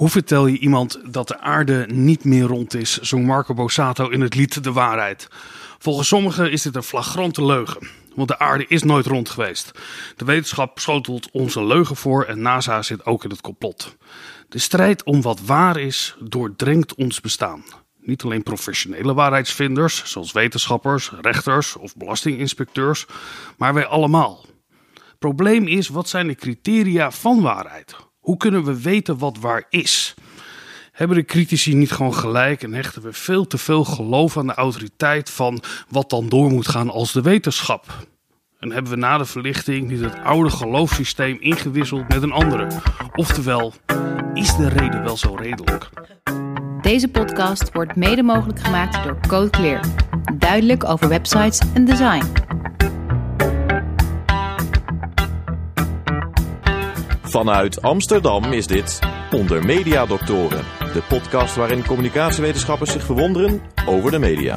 Hoe vertel je iemand dat de aarde niet meer rond is, zong Marco Borsato in het lied De Waarheid. Volgens sommigen is dit een flagrante leugen, want de aarde is nooit rond geweest. De wetenschap schotelt ons een leugen voor en NASA zit ook in het complot. De strijd om wat waar is doordrenkt ons bestaan. Niet alleen professionele waarheidsvinders, zoals wetenschappers, rechters of belastinginspecteurs, maar wij allemaal. Het probleem is, wat zijn de criteria van waarheid? Hoe kunnen we weten wat waar is? Hebben de critici niet gewoon gelijk en hechten we veel te veel geloof aan de autoriteit van wat dan door moet gaan als de wetenschap? En hebben we na de verlichting niet het oude geloofssysteem ingewisseld met een andere? Oftewel, is de reden wel zo redelijk? Deze podcast wordt mede mogelijk gemaakt door Code Clear. Duidelijk over websites en design. Vanuit Amsterdam is dit Onder Media Doctoren, de podcast waarin communicatiewetenschappers zich verwonderen over de media.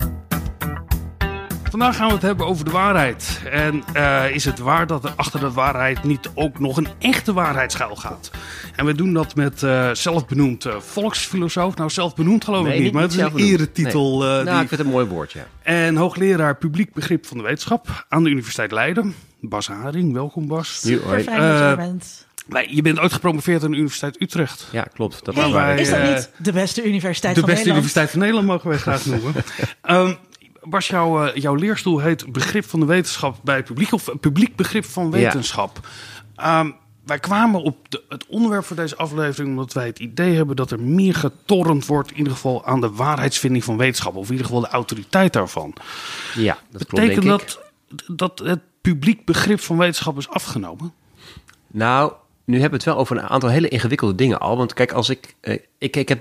Vandaag gaan we het hebben over de waarheid. En is het waar dat er achter de waarheid niet ook nog een echte waarheid schuil gaat? En we doen dat met zelfbenoemd volksfilosoof. Nou, zelfbenoemd geloof ik niet, maar het is een eretitel. Nee. Ik vind het een mooi woord, ja. En hoogleraar publiek begrip van de wetenschap aan de Universiteit Leiden. Bas Haring, welkom Bas. Super fijn dat je er bent. Je bent ooit gepromoveerd aan de Universiteit Utrecht. Ja, klopt. Dat Hey, is waar. is dat niet de beste universiteit de van beste Nederland? universiteit van Nederland mogen wij graag noemen. Bas, jouw leerstoel heet Begrip van de Wetenschap bij Publiek, of Publiek Begrip van Wetenschap. Ja. Wij kwamen op het onderwerp voor deze aflevering omdat wij het idee hebben dat er meer getornd wordt, in ieder geval aan de waarheidsvinding van wetenschap, of in ieder geval de autoriteit daarvan. Ja, dat klopt, denk ik. Betekent dat het publiek begrip van wetenschap is afgenomen? Nou, nu hebben we het wel over een aantal hele ingewikkelde dingen al. Want kijk, als ik heb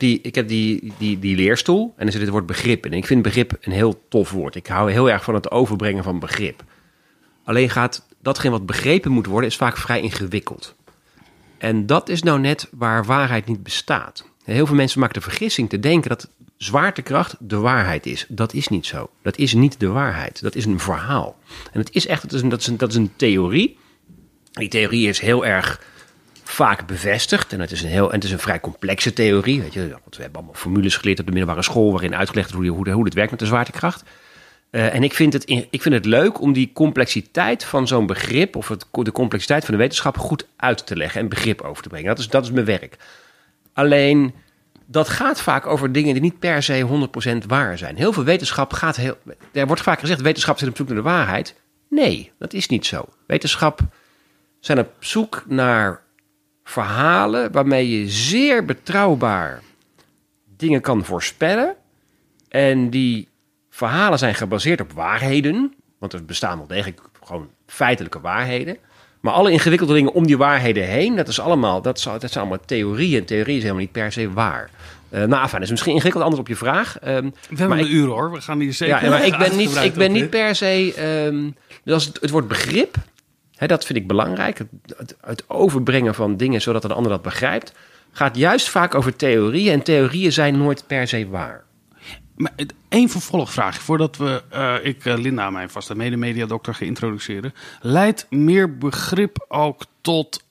die leerstoel en er zit het woord begrip in. En ik vind begrip een heel tof woord. Ik hou heel erg van het overbrengen van begrip. Alleen gaat datgene wat begrepen moet worden, is vaak vrij ingewikkeld. En dat is nou net waar waarheid niet bestaat. Heel veel mensen maken de vergissing te denken dat zwaartekracht de waarheid is. Dat is niet zo. Dat is niet de waarheid. Dat is een verhaal. En het is echt, dat is een theorie. Die theorie is heel erg vaak bevestigd. En het is een vrij complexe theorie. Weet je, want we hebben allemaal formules geleerd op de middelbare school waarin uitgelegd wordt hoe het werkt met de zwaartekracht. En ik vind het leuk om die complexiteit van zo'n begrip, of de complexiteit van de wetenschap, goed uit te leggen en begrip over te brengen. Dat is mijn werk. Alleen, dat gaat vaak over dingen die niet per se 100% waar zijn. Heel veel wetenschap er wordt vaak gezegd, wetenschap zit op zoek naar de waarheid. Nee, dat is niet zo. Wetenschap zijn op zoek naar verhalen waarmee je zeer betrouwbaar dingen kan voorspellen. En die verhalen zijn gebaseerd op waarheden. Want er bestaan wel degelijk gewoon feitelijke waarheden. Maar alle ingewikkelde dingen om die waarheden heen, dat zijn allemaal theorieën. En theorie is helemaal niet per se waar. Dat is misschien ingewikkeld, anders op je vraag. We hebben een uur hoor, we gaan hier zeker... Ja, maar ik ben niet per se... dus als het woord begrip, dat vind ik belangrijk. Het overbrengen van dingen zodat een ander dat begrijpt, gaat juist vaak over theorieën. En theorieën zijn nooit per se waar. Maar één vervolgvraag, voordat ik Linda, mijn vaste medemediadokter, ga introduceren. Leidt meer begrip ook tot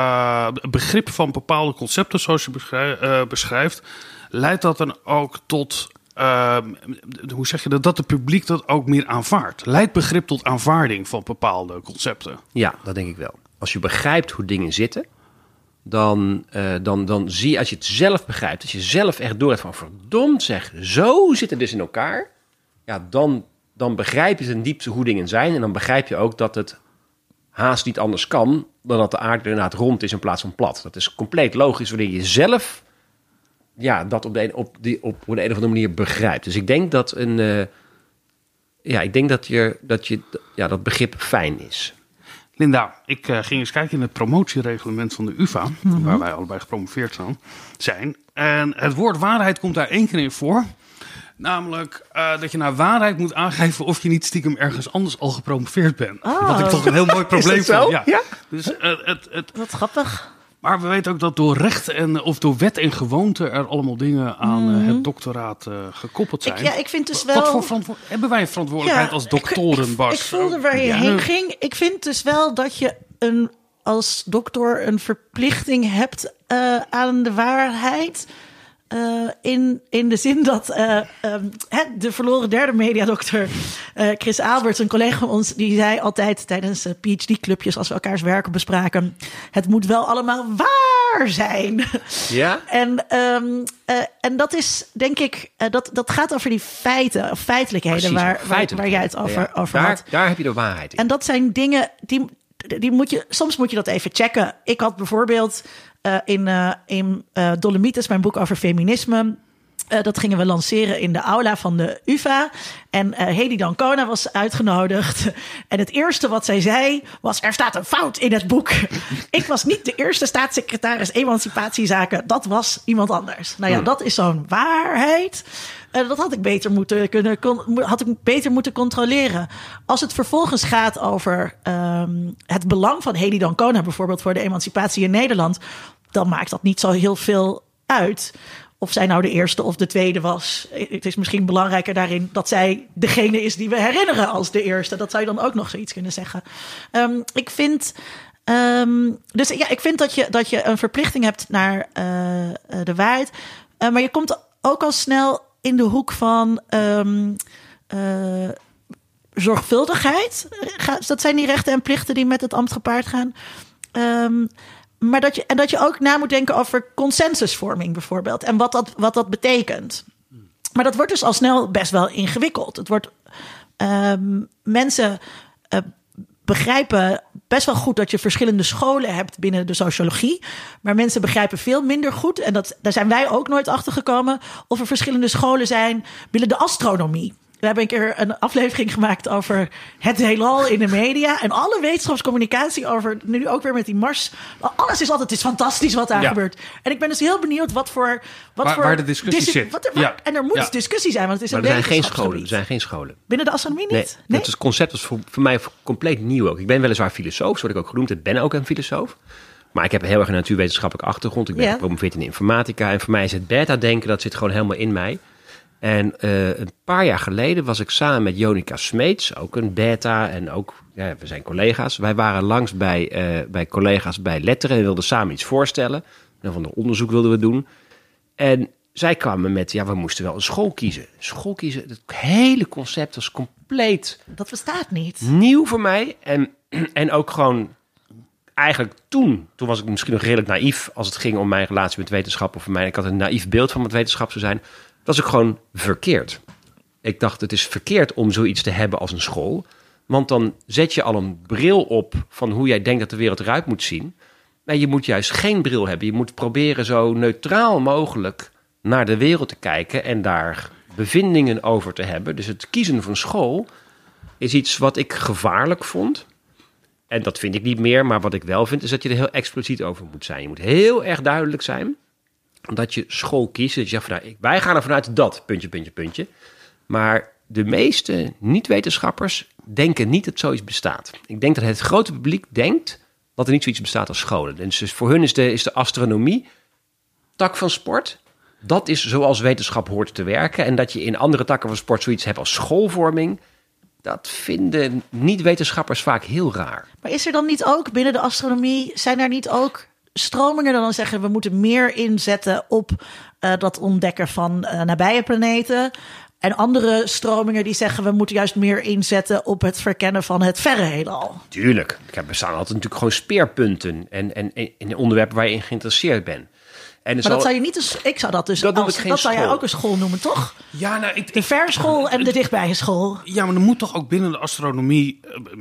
begrip van bepaalde concepten, zoals je beschrijft, leidt dat dan ook tot, hoe zeg je dat het publiek dat ook meer aanvaardt? Leidt begrip tot aanvaarding van bepaalde concepten? Ja, dat denk ik wel. Als je begrijpt hoe dingen zitten, dan zie je, als je het zelf begrijpt, als je zelf echt door hebt van verdomd zeg, zo zit het dus in elkaar, ja, dan begrijp je ten diepste hoe dingen zijn en dan begrijp je ook dat het haast niet anders kan dan dat de aarde inderdaad rond is in plaats van plat. Dat is compleet logisch wanneer je zelf dat op de een of andere manier begrijpt. Dus ik denk dat dat begrip fijn is. Linda, ik ging eens kijken in het promotiereglement van de UvA, waar wij allebei gepromoveerd zijn. En het woord waarheid komt daar 1 keer in voor. Namelijk dat je naar waarheid moet aangeven of je niet stiekem ergens anders al gepromoveerd bent. Wat ik toch een heel mooi probleem vind. Ja. Dus, Wat grappig. Maar we weten ook dat door recht of door wet en gewoonte er allemaal dingen aan het doctoraat gekoppeld zijn. Ik vind dus wel... Hebben wij een verantwoordelijkheid als doktoren, Bas? Ik voelde waar je heen ging. Ik vind dus wel dat je als dokter een verplichting hebt aan de waarheid. In de zin dat de verloren derde mediadokter Chris Alberts, een collega van ons, die zei altijd tijdens PhD-clubjes als we elkaars werken bespraken, het moet wel allemaal waar zijn. Ja? En dat is, denk ik, dat gaat over die feiten, of feitelijkheden waar jij het over had. Daar heb je de waarheid in. En dat zijn dingen die soms moet je dat even checken. Ik had bijvoorbeeld in Dolomites, mijn boek over feminisme, dat gingen we lanceren in de aula van de UvA. En Hedy Dancona was uitgenodigd. En het eerste wat zij zei was, er staat een fout in het boek. Ik was niet de eerste staatssecretaris emancipatiezaken. Dat was iemand anders. Nou ja, dat is zo'n waarheid. Dat had ik beter moeten controleren. Als het vervolgens gaat over het belang van Hedy Dancona bijvoorbeeld voor de emancipatie in Nederland, dan maakt dat niet zo heel veel uit of zij nou de eerste of de tweede was. Het is misschien belangrijker daarin dat zij degene is die we herinneren als de eerste. Dat zou je dan ook nog zoiets kunnen zeggen. Ik vind dat je een verplichting hebt naar de waarheid. Maar je komt ook al snel in de hoek van zorgvuldigheid. Dat zijn die rechten en plichten die met het ambt gepaard gaan. Maar dat je ook na moet denken over consensusvorming bijvoorbeeld. En wat dat betekent. Maar dat wordt dus al snel best wel ingewikkeld. Het wordt mensen begrijpen best wel goed dat je verschillende scholen hebt binnen de sociologie. Maar mensen begrijpen veel minder goed, en daar zijn wij ook nooit achter gekomen, of er verschillende scholen zijn binnen de astronomie. We hebben een keer een aflevering gemaakt over het heelal in de media. En alle wetenschapscommunicatie over, nu ook weer met die Mars. Alles is altijd, het is fantastisch wat daar gebeurt. En ik ben dus heel benieuwd waar de discussie zit. En er moet discussie zijn, want het is maar er zijn geen scholen. Binnen de astronomie niet? Nee? Het concept was voor mij compleet nieuw ook. Ik ben weliswaar filosoof, zo word ik ook genoemd. Ik ben ook een filosoof. Maar ik heb heel erg een natuurwetenschappelijke achtergrond. Ik ben gepromoveerd in informatica. En voor mij is het beta-denken, dat zit gewoon helemaal in mij. En een paar jaar geleden was ik samen met Jonica Smeets, ook een beta, en ook, we zijn collega's. Wij waren langs bij collega's bij Letteren en wilden samen iets voorstellen. Van een onderzoek wilden we doen. En zij kwamen met, we moesten wel een school kiezen. School kiezen, het hele concept was compleet... Dat bestaat niet. Nieuw voor mij. En ook gewoon, eigenlijk toen was ik misschien nog redelijk naïef als het ging om mijn relatie met wetenschap. Of voor mij, ik had een naïef beeld van wat wetenschap zou zijn. Dat was ook gewoon verkeerd. Ik dacht, het is verkeerd om zoiets te hebben als een school. Want dan zet je al een bril op van hoe jij denkt dat de wereld eruit moet zien. Maar je moet juist geen bril hebben. Je moet proberen zo neutraal mogelijk naar de wereld te kijken en daar bevindingen over te hebben. Dus het kiezen van school is iets wat ik gevaarlijk vond. En dat vind ik niet meer. Maar wat ik wel vind is dat je er heel expliciet over moet zijn. Je moet heel erg duidelijk zijn dat je school kiest. Dat je zegt, wij gaan er vanuit dat, puntje. Maar de meeste niet-wetenschappers denken niet dat zoiets bestaat. Ik denk dat het grote publiek denkt dat er niet zoiets bestaat als scholen. En dus voor hun is de astronomie tak van sport. Dat is zoals wetenschap hoort te werken. En dat je in andere takken van sport zoiets hebt als schoolvorming, dat vinden niet-wetenschappers vaak heel raar. Maar is er dan niet ook binnen de astronomie, zijn er niet ook stromingen dan zeggen we moeten meer inzetten op dat ontdekken van nabije planeten? En andere stromingen die zeggen we moeten juist meer inzetten op het verkennen van het verre heelal. Tuurlijk. Er bestaan altijd natuurlijk gewoon speerpunten en onderwerpen waar je in geïnteresseerd bent. En maar dat zou je niet eens. Ik zou dat dus. Dat zou jij ook een school noemen, toch? Ja, de verschool en de dichtbije school. Ja, maar er moet toch ook binnen de astronomie.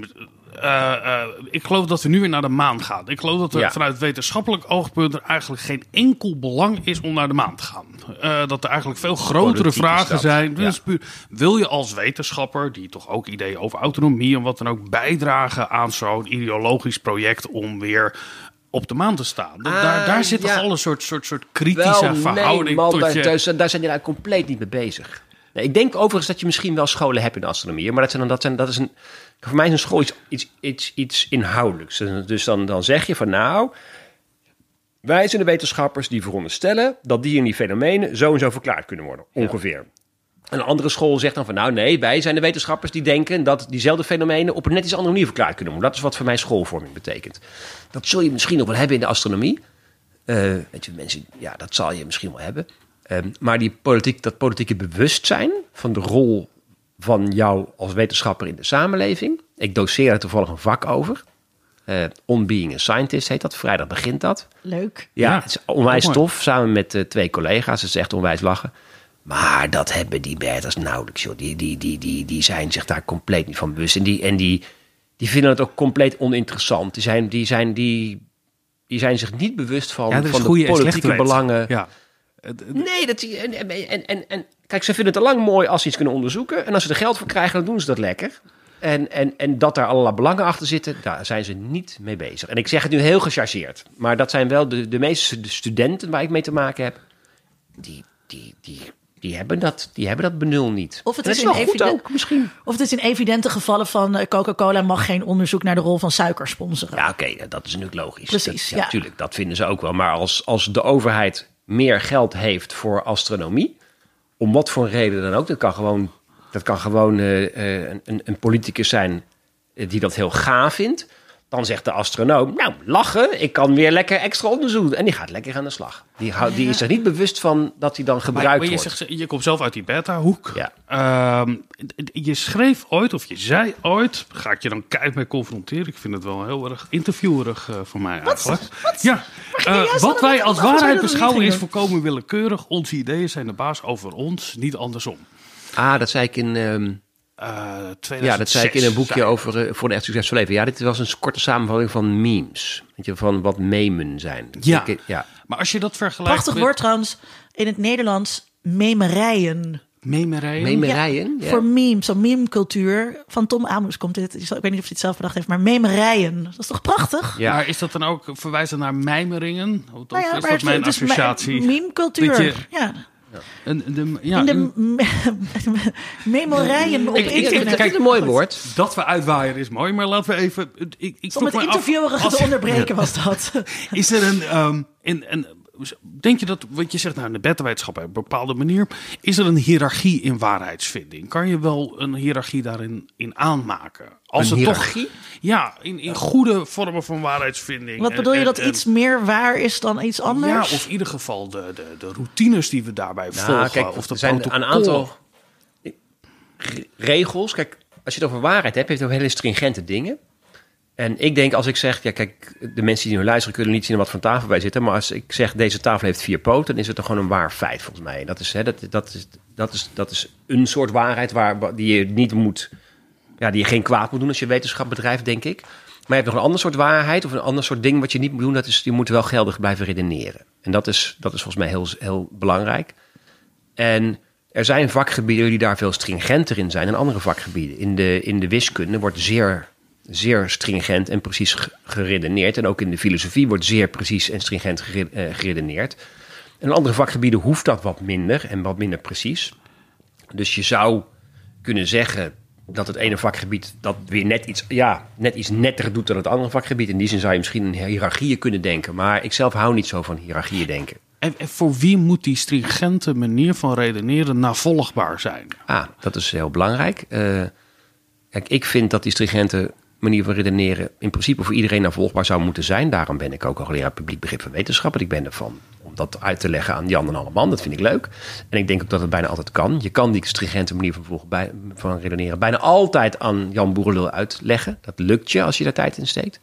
Ik geloof dat we nu weer naar de maan gaan. Ik geloof dat er vanuit wetenschappelijk oogpunt er eigenlijk geen enkel belang is om naar de maan te gaan. Dat er eigenlijk veel grotere vragen zijn. Dus wil je als wetenschapper, die toch ook ideeën over autonomie en wat dan ook bijdragen aan zo'n ideologisch project om weer op de maan te staan? Daar zit toch al een soort kritische verhouding. Daar zijn jullie eigenlijk compleet niet mee bezig. Nee, ik denk overigens dat je misschien wel scholen hebt in de astronomie. Maar voor mij is een school iets inhoudelijks. Dus dan zeg je van wij zijn de wetenschappers die veronderstellen dat die en die fenomenen zo en zo verklaard kunnen worden. Ongeveer. En een andere school zegt dan van nee, wij zijn de wetenschappers die denken dat diezelfde fenomenen op een net iets andere manier verklaard kunnen worden. Dat is wat voor mij schoolvorming betekent. Dat zul je misschien nog wel hebben in de astronomie. Weet je, mensen, ja, dat zal je misschien wel hebben. Maar dat politieke bewustzijn van de rol van jou als wetenschapper in de samenleving. Ik doseer er toevallig een vak over. On Being a Scientist heet dat. Vrijdag begint dat. Leuk. Ja, het is onwijs tof. Samen met 2 collega's. Het is echt onwijs lachen. Maar dat hebben die Berthers nauwelijks, joh. Die zijn zich daar compleet niet van bewust. En die vinden het ook compleet oninteressant. Die zijn zich niet bewust van de politieke belangen. Ja. Nee, kijk, ze vinden het al lang mooi als ze iets kunnen onderzoeken. En als ze er geld voor krijgen, dan doen ze dat lekker. En dat daar allerlei belangen achter zitten, daar zijn ze niet mee bezig. En ik zeg het nu heel gechargeerd. Maar dat zijn wel de meeste studenten waar ik mee te maken heb. Die hebben dat benul niet. Of het is in evidente gevallen van Coca-Cola mag geen onderzoek naar de rol van suiker sponsoren. Ja, oké, dat is natuurlijk logisch. Precies, ja. Natuurlijk, dat vinden ze ook wel. Maar als de overheid meer geld heeft voor astronomie, om wat voor reden dan ook, dat kan gewoon een politicus zijn die dat heel gaaf vindt. Dan zegt de astronoom, nou, lachen, ik kan weer lekker extra onderzoek. En die gaat lekker aan de slag. Die is er niet bewust van dat hij dan gebruikt wordt. Je komt zelf uit die beta-hoek. Ja. Je schreef ooit, of je zei ooit, ga ik je dan keihard mee confronteren. Ik vind het wel heel erg interviewerig voor mij eigenlijk. Wat wij als waarheid beschouwen is volkomen willekeurig. Onze ideeën zijn de baas over ons, niet andersom. Dat zei ik in... 2006, dat zei ik in een boekje over voor een echt succesvol leven. Ja, dit was een korte samenvatting van memes. Weet je, van wat memen zijn. Ja. Maar als je dat vergelijkt... Prachtig woord trouwens, in het Nederlands, memerijen. Memerijen? Ja. Voor memes, zo'n meme-cultuur. Van Tom Amoes komt dit. Ik weet niet of hij het zelf bedacht heeft, maar memerijen. Dat is toch prachtig? Ja. Maar is dat dan ook verwijzen naar mijmeringen? Of is dat mijn associatie? Meme-cultuur, ja. Memorijen op internet. Kijk, een mooi woord. Dat we uitwaaien is mooi, maar laten we even... Om het interviewerige te onderbreken was dat. Is er denk je dat, wat je zegt, in de beta-wetenschap op een bepaalde manier, is er een hiërarchie in waarheidsvinding? Kan je wel een hiërarchie daarin aanmaken? Als een hiërarchie? In goede vormen van waarheidsvinding. Wat bedoel je, dat iets meer waar is dan iets anders? Ja, of in ieder geval de routines die we daarbij volgen. Kijk, of er zijn een aantal regels. Kijk, als je het over waarheid hebt, heeft het over hele stringente dingen. En ik denk, als ik zeg, ja kijk, de mensen die nu luisteren kunnen niet zien wat voor tafel wij zitten. Maar als ik zeg, deze tafel heeft 4 poten, dan is het toch gewoon een waar feit volgens mij. Dat is een soort waarheid die je niet moet, die je geen kwaad moet doen als je wetenschap bedrijft, denk ik. Maar je hebt nog een ander soort waarheid of een ander soort ding wat je niet moet doen. Dat is, je moet wel geldig blijven redeneren. En dat is volgens mij heel, heel belangrijk. En er zijn vakgebieden die daar veel stringenter in zijn dan andere vakgebieden. In de wiskunde wordt zeer stringent en precies geredeneerd. En ook in de filosofie wordt zeer precies en stringent geredeneerd. En in andere vakgebieden hoeft dat wat minder en wat minder precies. Dus je zou kunnen zeggen dat het ene vakgebied dat weer net iets netter doet dan het andere vakgebied. In die zin zou je misschien in hiërarchieën kunnen denken. Maar ik zelf hou niet zo van hiërarchieën denken. En voor wie moet die stringente manier van redeneren navolgbaar zijn? Dat is heel belangrijk. Kijk, ik vind dat die stringente manier van redeneren in principe voor iedereen navolgbaar zou moeten zijn. Daarom ben ik ook al leraar publiek begrip van wetenschap. En ik ben ervan om dat uit te leggen aan Jan en Alleman. Dat vind ik leuk. En ik denk ook dat het bijna altijd kan. Je kan die stringente manier van redeneren bijna altijd aan Jan Boerenlul uitleggen. Dat lukt je als je daar tijd in steekt.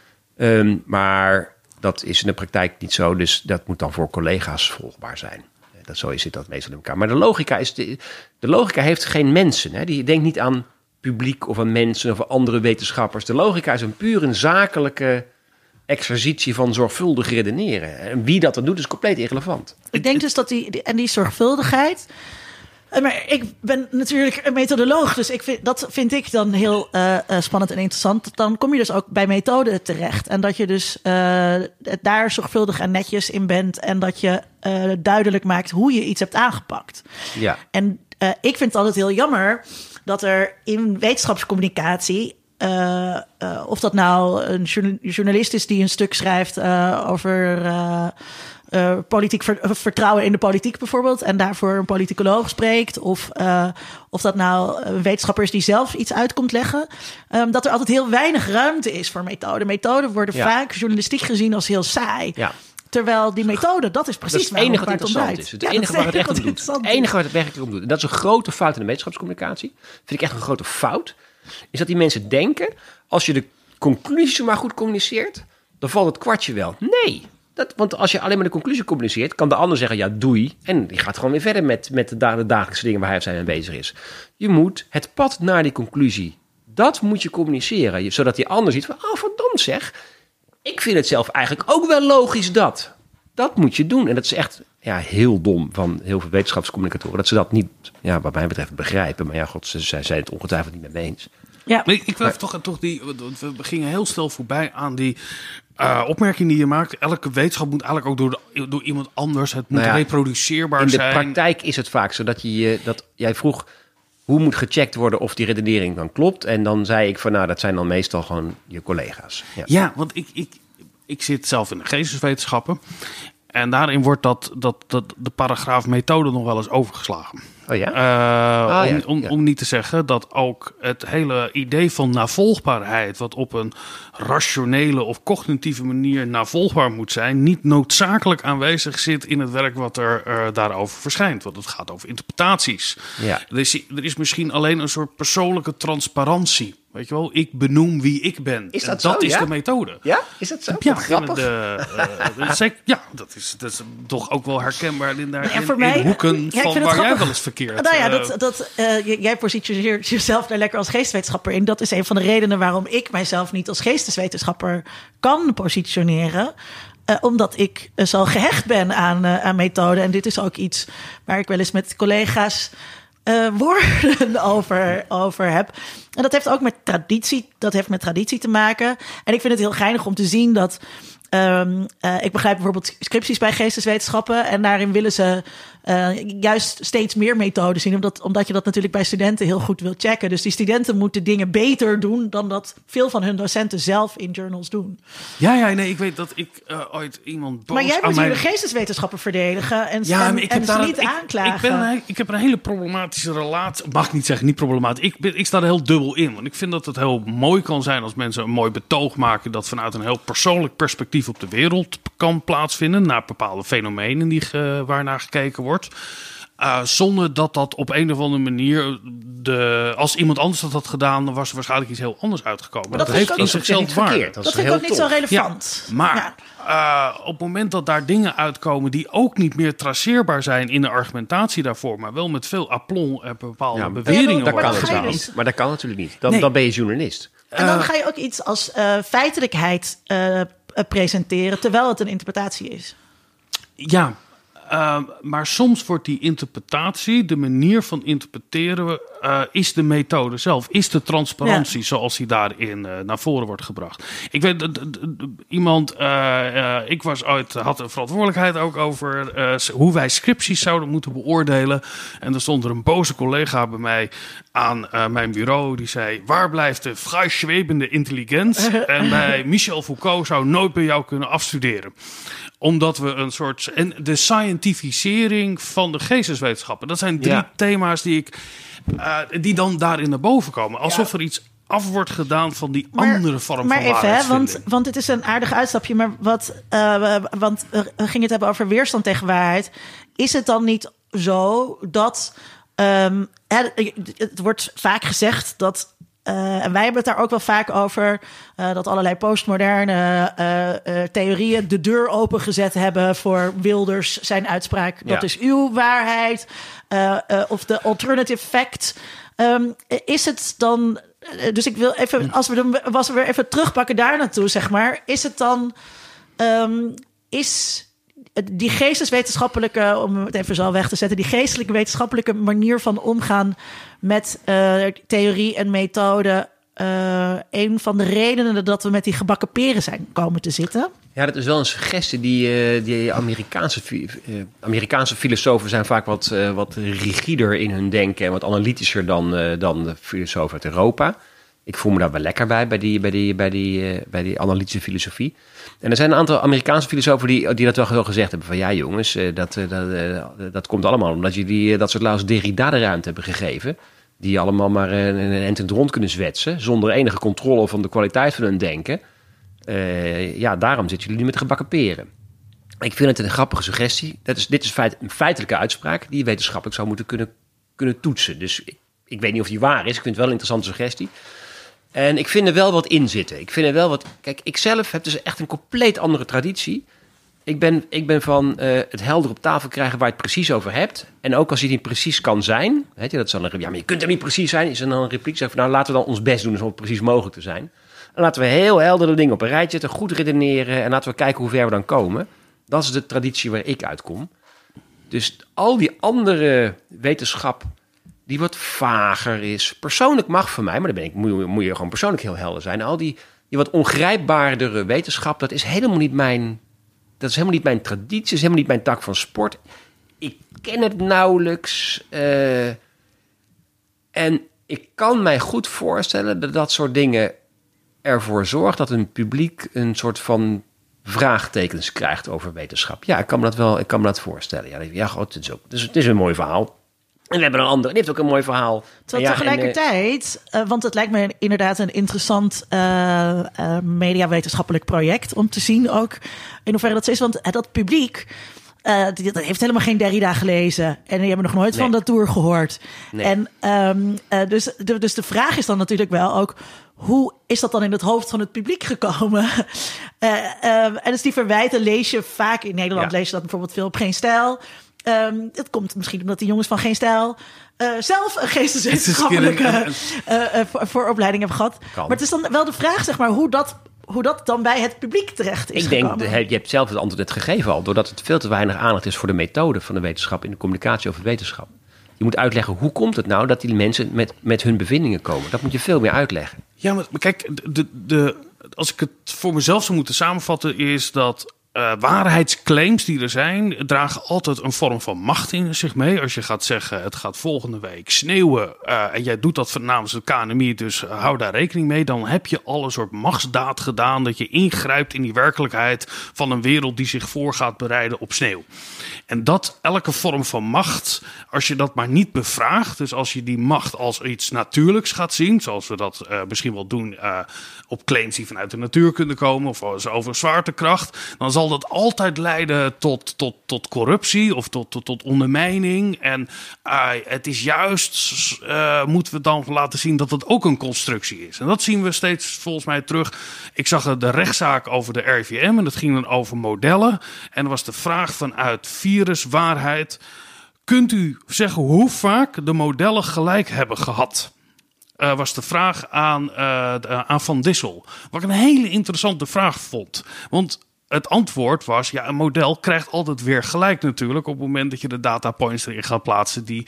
Maar dat is in de praktijk niet zo. Dus dat moet dan voor collega's volgbaar zijn. Zo zit dat meestal in elkaar. Maar de logica heeft geen mensen. Hè? Die denkt niet aan publiek of aan mensen of aan andere wetenschappers. De logica is een zakelijke exercitie van zorgvuldig redeneren. En wie dat dan doet is compleet irrelevant. Ik denk dus dat die zorgvuldigheid. Maar ik ben natuurlijk een methodoloog, dus dat vind ik dan heel spannend en interessant. Dan kom je dus ook bij methoden terecht. En dat je dus daar zorgvuldig en netjes in bent. En dat je duidelijk maakt hoe je iets hebt aangepakt. Ja. En ik vind het altijd heel jammer dat er in wetenschapscommunicatie, of dat nou een journalist is die een stuk schrijft over politiek vertrouwen in de politiek bijvoorbeeld, en daarvoor een politicoloog spreekt, of dat nou een wetenschapper is die zelf iets uit komt leggen, dat er altijd heel weinig ruimte is voor methoden. Methoden worden vaak journalistiek gezien als heel saai. Ja. Terwijl die methode, dat is precies dat is het enige waar het om interessant draait. is. Het enige waar het echt om doet. Het enige waar het werkelijk om doet. En dat is een grote fout in de wetenschapscommunicatie. Vind ik echt een grote fout. Is dat die mensen denken, als je de conclusie maar goed communiceert, dan valt het kwartje wel. Nee. Want als je alleen maar de conclusie communiceert, kan de ander zeggen, ja, doei. En die gaat gewoon weer verder met de dagelijkse dingen waar hij of zij mee bezig is. Je moet het pad naar die conclusie, dat moet je communiceren. Zodat die ander ziet van, oh, verdomd zeg. Ik vind het zelf eigenlijk ook wel logisch dat. Dat moet je doen. En dat is echt heel dom van heel veel wetenschapscommunicatoren. Dat ze dat niet, wat mij betreft, begrijpen. Maar ja, god, ze zijn het ongetwijfeld niet met me eens. Ja. Ik wil toch we gingen heel snel voorbij aan die opmerking die je maakt. Elke wetenschap moet eigenlijk ook door iemand anders. Het moet reproduceerbaar zijn. In de praktijk is het vaak zo dat jij vroeg, hoe moet gecheckt worden of die redenering dan klopt? En dan zei ik van, dat zijn dan meestal gewoon je collega's. Ja, want ik zit zelf in de geesteswetenschappen. En daarin wordt de paragraaf methode nog wel eens overgeslagen. Oh ja? Om niet te zeggen dat ook het hele idee van navolgbaarheid, wat op een rationele of cognitieve manier navolgbaar moet zijn, niet noodzakelijk aanwezig zit in het werk wat er daarover verschijnt. Want het gaat over interpretaties. Ja. Er is misschien alleen een soort persoonlijke transparantie. Weet je wel, ik benoem wie ik ben. Is dat dat zo, is de methode. Ja, is dat zo? Ja, grappig. Dat is toch ook wel herkenbaar in mij, hoeken van waar jij wel eens verkeerd. Nou ja, jij positioneert jezelf daar lekker als geesteswetenschapper in. Dat is een van de redenen waarom ik mijzelf niet als geesteswetenschapper kan positioneren. Omdat ik zo gehecht ben aan methode. En dit is ook iets waar ik wel eens met collega's woorden over heb. En dat heeft ook met traditie te maken. En ik vind het heel geinig om te zien dat ik begrijp bijvoorbeeld scripties bij geesteswetenschappen. En daarin willen ze juist steeds meer methoden zien. Omdat je dat natuurlijk bij studenten heel goed wil checken. Dus die studenten moeten dingen beter doen dan dat veel van hun docenten zelf in journals doen. Nee, ik weet dat ik ooit iemand boos maar jij moet hier de geesteswetenschappen verdedigen en ik heb ze niet aanklagen. Ik heb een hele problematische relatie. Mag ik niet zeggen, niet problematisch. Ik sta er heel dubbel in. Want ik vind dat het heel mooi kan zijn als mensen een mooi betoog maken dat vanuit een heel persoonlijk perspectief op de wereld kan plaatsvinden. Naar bepaalde fenomenen waarnaar gekeken wordt. Zonder dat op een of andere manier als iemand anders dat had gedaan, dan was er waarschijnlijk iets heel anders uitgekomen. Maar dat heeft in zichzelf waarde. Dat vind ik ook niet zo relevant. Ja, maar op het moment dat daar dingen uitkomen die ook niet meer traceerbaar zijn in de argumentatie daarvoor, maar wel met veel aplomb en bepaalde beweringen worden gedaan. Maar dat kan natuurlijk niet. Dan ben je journalist. En dan ga je ook iets als feitelijkheid presenteren, terwijl het een interpretatie is. Ja, maar soms wordt die interpretatie, de manier van interpreteren, is de methode zelf, is de transparantie zoals die daarin naar voren wordt gebracht. Ik weet dat iemand, ik had een verantwoordelijkheid ook over hoe wij scripties zouden moeten beoordelen. En er stond er een boze collega bij mij aan mijn bureau die zei: waar blijft de vrij zwevende intelligentie? En bij Michel Foucault zou nooit bij jou kunnen afstuderen. Omdat we een soort. En de scientificering van de geesteswetenschappen. Dat zijn 3 thema's die dan daarin naar boven komen. Alsof er iets af wordt gedaan van die andere vorm van waarheidsvinding. Want het is een aardig uitstapje. Maar want we gingen het hebben over weerstand tegen waarheid. Is het dan niet zo dat. Het wordt vaak gezegd dat. En wij hebben het daar ook wel vaak over. Dat allerlei postmoderne theorieën de deur opengezet hebben voor Wilders zijn uitspraak. Dat is uw waarheid. Of de alternative fact. Is het dan. Dus ik wil even. Als we weer even terugpakken daar naartoe, zeg maar. Is het dan. Is die geesteswetenschappelijke, om het even zo weg te zetten, die geestelijke wetenschappelijke manier van omgaan met theorie en methode een van de redenen dat we met die gebakken peren zijn komen te zitten? Ja, dat is wel een suggestie. Die Amerikaanse filosofen zijn vaak wat rigider in hun denken en wat analytischer dan de filosofen uit Europa. Ik voel me daar wel lekker bij die analytische filosofie. En er zijn een aantal Amerikaanse filosofen die dat wel gezegd hebben. Van ja jongens, dat komt allemaal omdat jullie dat soort Laos Derrida de ruimte hebben gegeven. Die allemaal maar een eind in het rond kunnen zwetsen. Zonder enige controle van de kwaliteit van hun denken. Daarom zitten jullie nu met gebakken peren. Ik vind het een grappige suggestie. Dit is een feitelijke uitspraak die je wetenschappelijk zou moeten kunnen toetsen. Dus ik weet niet of die waar is. Ik vind het wel een interessante suggestie. En ik vind er wel wat in zitten. Kijk, ik zelf heb dus echt een compleet andere traditie. Ik ben van het helder op tafel krijgen waar je het precies over hebt. En ook als je niet precies kan zijn. Weet je, dat is dan maar je kunt er niet precies zijn. Is er dan een repliek zeggen van, nou, laten we dan ons best doen om precies mogelijk te zijn. En laten we heel helder de dingen op een rijtje zetten, goed redeneren. En laten we kijken hoe ver we dan komen. Dat is de traditie waar ik uitkom. Dus al die andere wetenschap die wat vager is. Persoonlijk mag voor mij, maar dan moet je gewoon persoonlijk heel helder zijn. Al die wat ongrijpbaardere wetenschap, dat is helemaal niet mijn traditie. Dat is helemaal niet mijn tak van sport. Ik ken het nauwelijks. En ik kan mij goed voorstellen dat soort dingen ervoor zorgt dat een publiek een soort van vraagtekens krijgt over wetenschap. Ja, ik kan me dat voorstellen. Ja, goed, het is een mooi verhaal. En we hebben een andere, die heeft ook een mooi verhaal. Terwijl tegelijkertijd, want het lijkt me inderdaad een interessant mediawetenschappelijk project om te zien ook in hoeverre dat is. Want dat publiek, dat heeft helemaal geen Derrida gelezen. En die hebben nog nooit van dat tour gehoord. Nee. En dus de vraag is dan natuurlijk wel ook, hoe is dat dan in het hoofd van het publiek gekomen? En dus die verwijten lees je vaak in Nederland. Lees je dat bijvoorbeeld veel op Geen Stijl. Het komt misschien omdat die jongens van Geen Stijl zelf een geesteswetenschappelijke vooropleiding hebben gehad. Kan. Maar het is dan wel de vraag, zeg maar, hoe dat dan bij het publiek terecht is gekomen. Je hebt zelf het antwoord net gegeven al, doordat het veel te weinig aandacht is voor de methode van de wetenschap in de communicatie over wetenschap. Je moet uitleggen, hoe komt het nou dat die mensen met hun bevindingen komen? Dat moet je veel meer uitleggen. Ja, maar kijk, als ik het voor mezelf zou moeten samenvatten, is dat waarheidsclaims die er zijn, dragen altijd een vorm van macht in zich mee. Als je gaat zeggen, het gaat volgende week sneeuwen en jij doet dat namens het KNMI, dus hou daar rekening mee. Dan heb je al een soort machtsdaad gedaan dat je ingrijpt in die werkelijkheid van een wereld die zich voor gaat bereiden op sneeuw. En dat elke vorm van macht, als je dat maar niet bevraagt, dus als je die macht als iets natuurlijks gaat zien, zoals we dat misschien wel doen op claims die vanuit de natuurkunde komen of over zwaartekracht, dan zal dat altijd leiden tot corruptie of tot ondermijning. En het is juist, moeten we dan laten zien dat het ook een constructie is. En dat zien we steeds volgens mij terug. Ik zag de rechtszaak over de RIVM en dat ging dan over modellen. En er was de vraag vanuit viruswaarheid. Kunt u zeggen hoe vaak de modellen gelijk hebben gehad? Was de vraag aan Van Dissel. Wat ik een hele interessante vraag vond. Want het antwoord was, ja, een model krijgt altijd weer gelijk natuurlijk op het moment dat je de datapoints erin gaat plaatsen die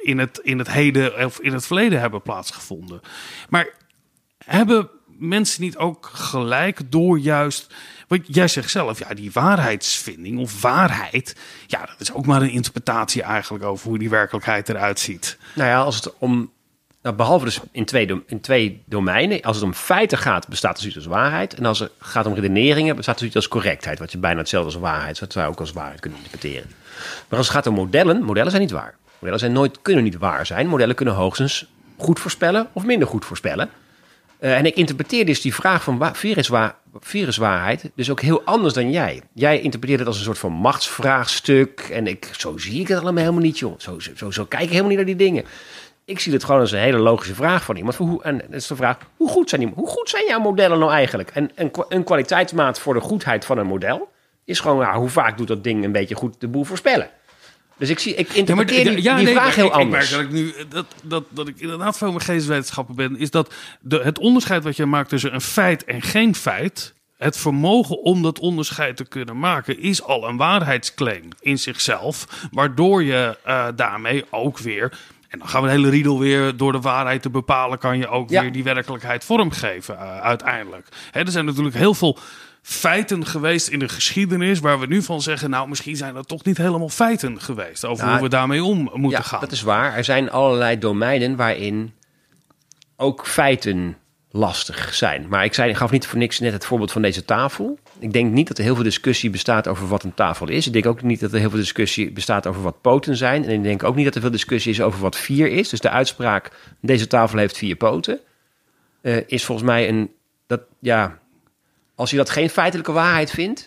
in het heden of in het verleden hebben plaatsgevonden. Maar hebben mensen niet ook gelijk door juist, want jij zegt zelf, ja, die waarheidsvinding of waarheid, ja, dat is ook maar een interpretatie eigenlijk over hoe die werkelijkheid eruit ziet. Nou ja, als het om, behalve dus in twee domeinen. Als het om feiten gaat, bestaat er zoiets als waarheid. En als het gaat om redeneringen, bestaat er zoiets als correctheid. Wat je bijna hetzelfde als waarheid, wat wij ook als waarheid kunnen interpreteren. Maar als het gaat om modellen zijn niet waar. Modellen kunnen niet waar zijn. Modellen kunnen hoogstens goed voorspellen of minder goed voorspellen. En ik interpreteer dus die vraag van viruswaarheid dus ook heel anders dan jij. Jij interpreteert het als een soort van machtsvraagstuk. En zo zie ik het allemaal helemaal niet, joh. Zo kijk ik helemaal niet naar die dingen. Ik zie het gewoon als een hele logische vraag van iemand. En dat is de vraag, hoe goed zijn jouw modellen nou eigenlijk? En een kwaliteitsmaat voor de goedheid van een model is gewoon, hoe vaak doet dat ding een beetje goed de boel voorspellen? Dus ik interpreteer die vraag heel anders. Ik merk dat ik nu dat ik inderdaad veel meer geesteswetenschapper ben, is dat het onderscheid wat je maakt tussen een feit en geen feit, het vermogen om dat onderscheid te kunnen maken, is al een waarheidsclaim in zichzelf, waardoor je daarmee ook weer, en dan gaan we de hele riedel weer door de waarheid te bepalen, kan je ook weer die werkelijkheid vormgeven uiteindelijk. Er zijn natuurlijk heel veel feiten geweest in de geschiedenis waar we nu van zeggen, nou, misschien zijn er toch niet helemaal feiten geweest over hoe we daarmee om moeten gaan. Dat is waar. Er zijn allerlei domeinen waarin ook feiten lastig zijn. Maar ik gaf niet voor niks net het voorbeeld van deze tafel. Ik denk niet dat er heel veel discussie bestaat over wat een tafel is. Ik denk ook niet dat er heel veel discussie bestaat over wat poten zijn. En ik denk ook niet dat er veel discussie is over wat 4 is. Dus de uitspraak, deze tafel heeft 4 poten, is volgens mij als je dat geen feitelijke waarheid vindt,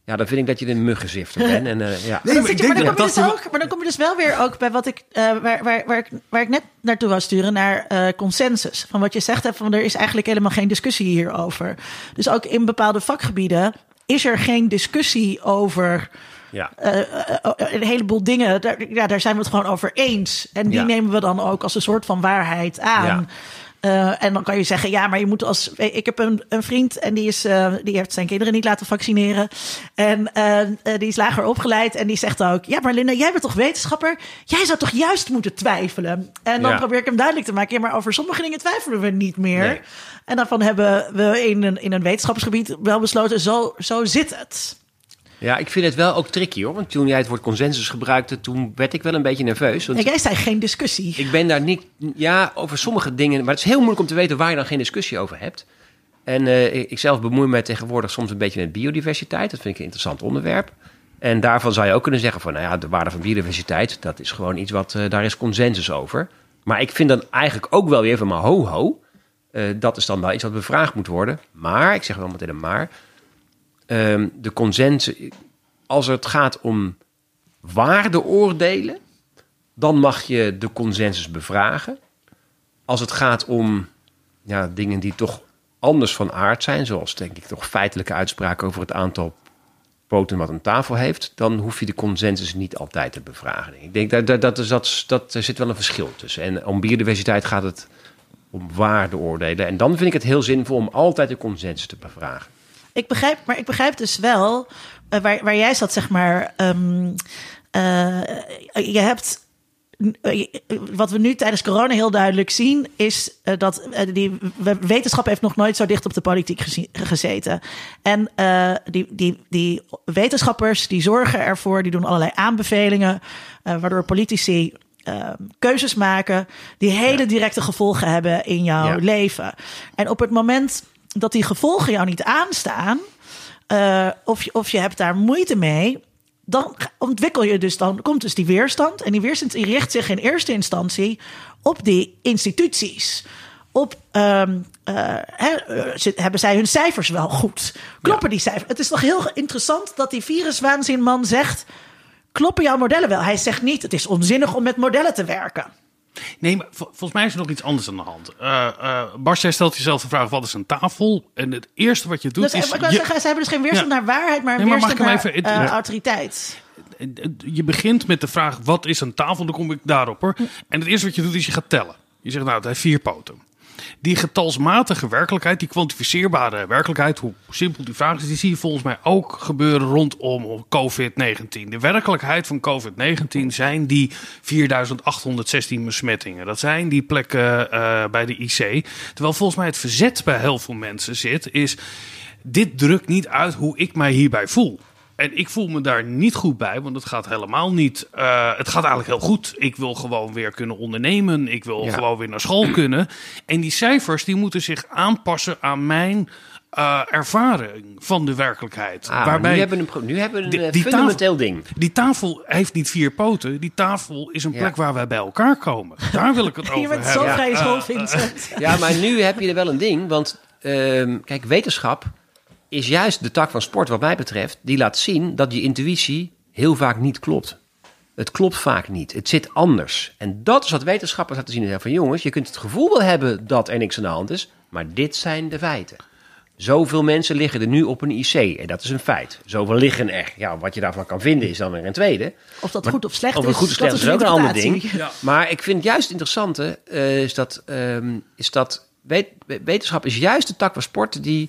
Ja, dan vind ik dat je een muggenzifter bent. En, ja. Maar dan kom je dus wel weer ook bij wat ik waar ik net naartoe wou sturen, naar consensus. Van wat je zegt, van er is eigenlijk helemaal geen discussie hierover. Dus ook in bepaalde vakgebieden is er geen discussie over een heleboel dingen. Daar zijn we het gewoon over eens. En die nemen we dan ook als een soort van waarheid aan. Ja. En dan kan je zeggen, ja, maar je moet als... Ik heb een vriend en die heeft zijn kinderen niet laten vaccineren. En die is lager opgeleid en die zegt ook... Ja, maar Linda, jij bent toch wetenschapper? Jij zou toch juist moeten twijfelen? En dan probeer ik hem duidelijk te maken... Ja, maar over sommige dingen twijfelen we niet meer. Nee. En daarvan hebben we in een wetenschapsgebied wel besloten... Zo zit het. Ja, ik vind het wel ook tricky, hoor. Want toen jij het woord consensus gebruikte, toen werd ik wel een beetje nerveus. Want jij zei geen discussie. Ik ben daar niet... Ja, over sommige dingen... Maar het is heel moeilijk om te weten waar je dan geen discussie over hebt. En ik zelf bemoei me tegenwoordig soms een beetje met biodiversiteit. Dat vind ik een interessant onderwerp. En daarvan zou je ook kunnen zeggen van... Nou ja, de waarde van biodiversiteit, dat is gewoon iets wat... daar is consensus over. Maar ik vind dan eigenlijk ook wel weer van... Maar ho. Dat is dan wel iets wat bevraagd moet worden. Maar, ik zeg wel meteen een maar... de consensus, als het gaat om waardeoordelen, dan mag je de consensus bevragen. Als het gaat om dingen die toch anders van aard zijn, zoals denk ik toch feitelijke uitspraken over het aantal poten wat een tafel heeft, dan hoef je de consensus niet altijd te bevragen. Ik denk dat er zit wel een verschil tussen. En om biodiversiteit gaat het om waardeoordelen. En dan vind ik het heel zinvol om altijd de consensus te bevragen. Ik begrijp dus wel waar jij zat, zeg maar. Je hebt wat we nu tijdens corona heel duidelijk zien, is dat die wetenschap heeft nog nooit zo dicht op de politiek gezeten. En die wetenschappers die zorgen ervoor, die doen allerlei aanbevelingen, waardoor politici keuzes maken die hele directe gevolgen hebben in jouw leven. En op het moment dat die gevolgen jou niet aanstaan, of je hebt daar moeite mee, dan ontwikkel je dus, dan komt dus die weerstand. En die weerstand die richt zich in eerste instantie op die instituties. Hebben zij hun cijfers wel goed? Kloppen die cijfers? Het is toch heel interessant dat die viruswaanzinman zegt, kloppen jouw modellen wel? Hij zegt niet, het is onzinnig om met modellen te werken. Nee, maar volgens mij is er nog iets anders aan de hand. Bas, jij stelt jezelf de vraag, wat is een tafel? En het eerste wat je doet is... Ik wil zeggen, ze hebben dus geen weerstand naar waarheid, maar een weerstand naar autoriteit. Je begint met de vraag, wat is een tafel? Dan kom ik daarop, hoor. En het eerste wat je doet is je gaat tellen. Je zegt, nou, het heeft 4 poten. Die getalsmatige werkelijkheid, die kwantificeerbare werkelijkheid, hoe simpel die vraag is, die zie je volgens mij ook gebeuren rondom COVID-19. De werkelijkheid van COVID-19 zijn die 4.816 besmettingen. Dat zijn die plekken bij de IC. Terwijl volgens mij het verzet bij heel veel mensen zit, is dit drukt niet uit hoe ik mij hierbij voel. En ik voel me daar niet goed bij, want het gaat helemaal niet. Het gaat eigenlijk heel goed. Ik wil gewoon weer kunnen ondernemen. Ik wil gewoon weer naar school kunnen. En die cijfers die moeten zich aanpassen aan mijn ervaring van de werkelijkheid. Waarbij nu hebben we een fundamenteel ding. Die tafel heeft niet 4 poten. Die tafel is een plek waar wij bij elkaar komen. Daar wil ik het over hebben. Je bent zo vrij school, Vincent. Ja, maar nu heb je er wel een ding. Want kijk, wetenschap is juist de tak van sport wat mij betreft, die laat zien dat je intuïtie heel vaak niet klopt. Het klopt vaak niet. Het zit anders. En dat is wat wetenschappers laten zien. Van jongens, je kunt het gevoel wel hebben dat er niks aan de hand is, maar dit zijn de feiten. Zoveel mensen liggen er nu op een IC en dat is een feit. Zoveel liggen er. Ja, wat je daarvan kan vinden is dan weer een tweede. Of dat goed of slecht is. Of het goed of slecht is ook een ander ding. Ja. Maar ik vind juist het interessante is dat wetenschap is juist de tak van sport die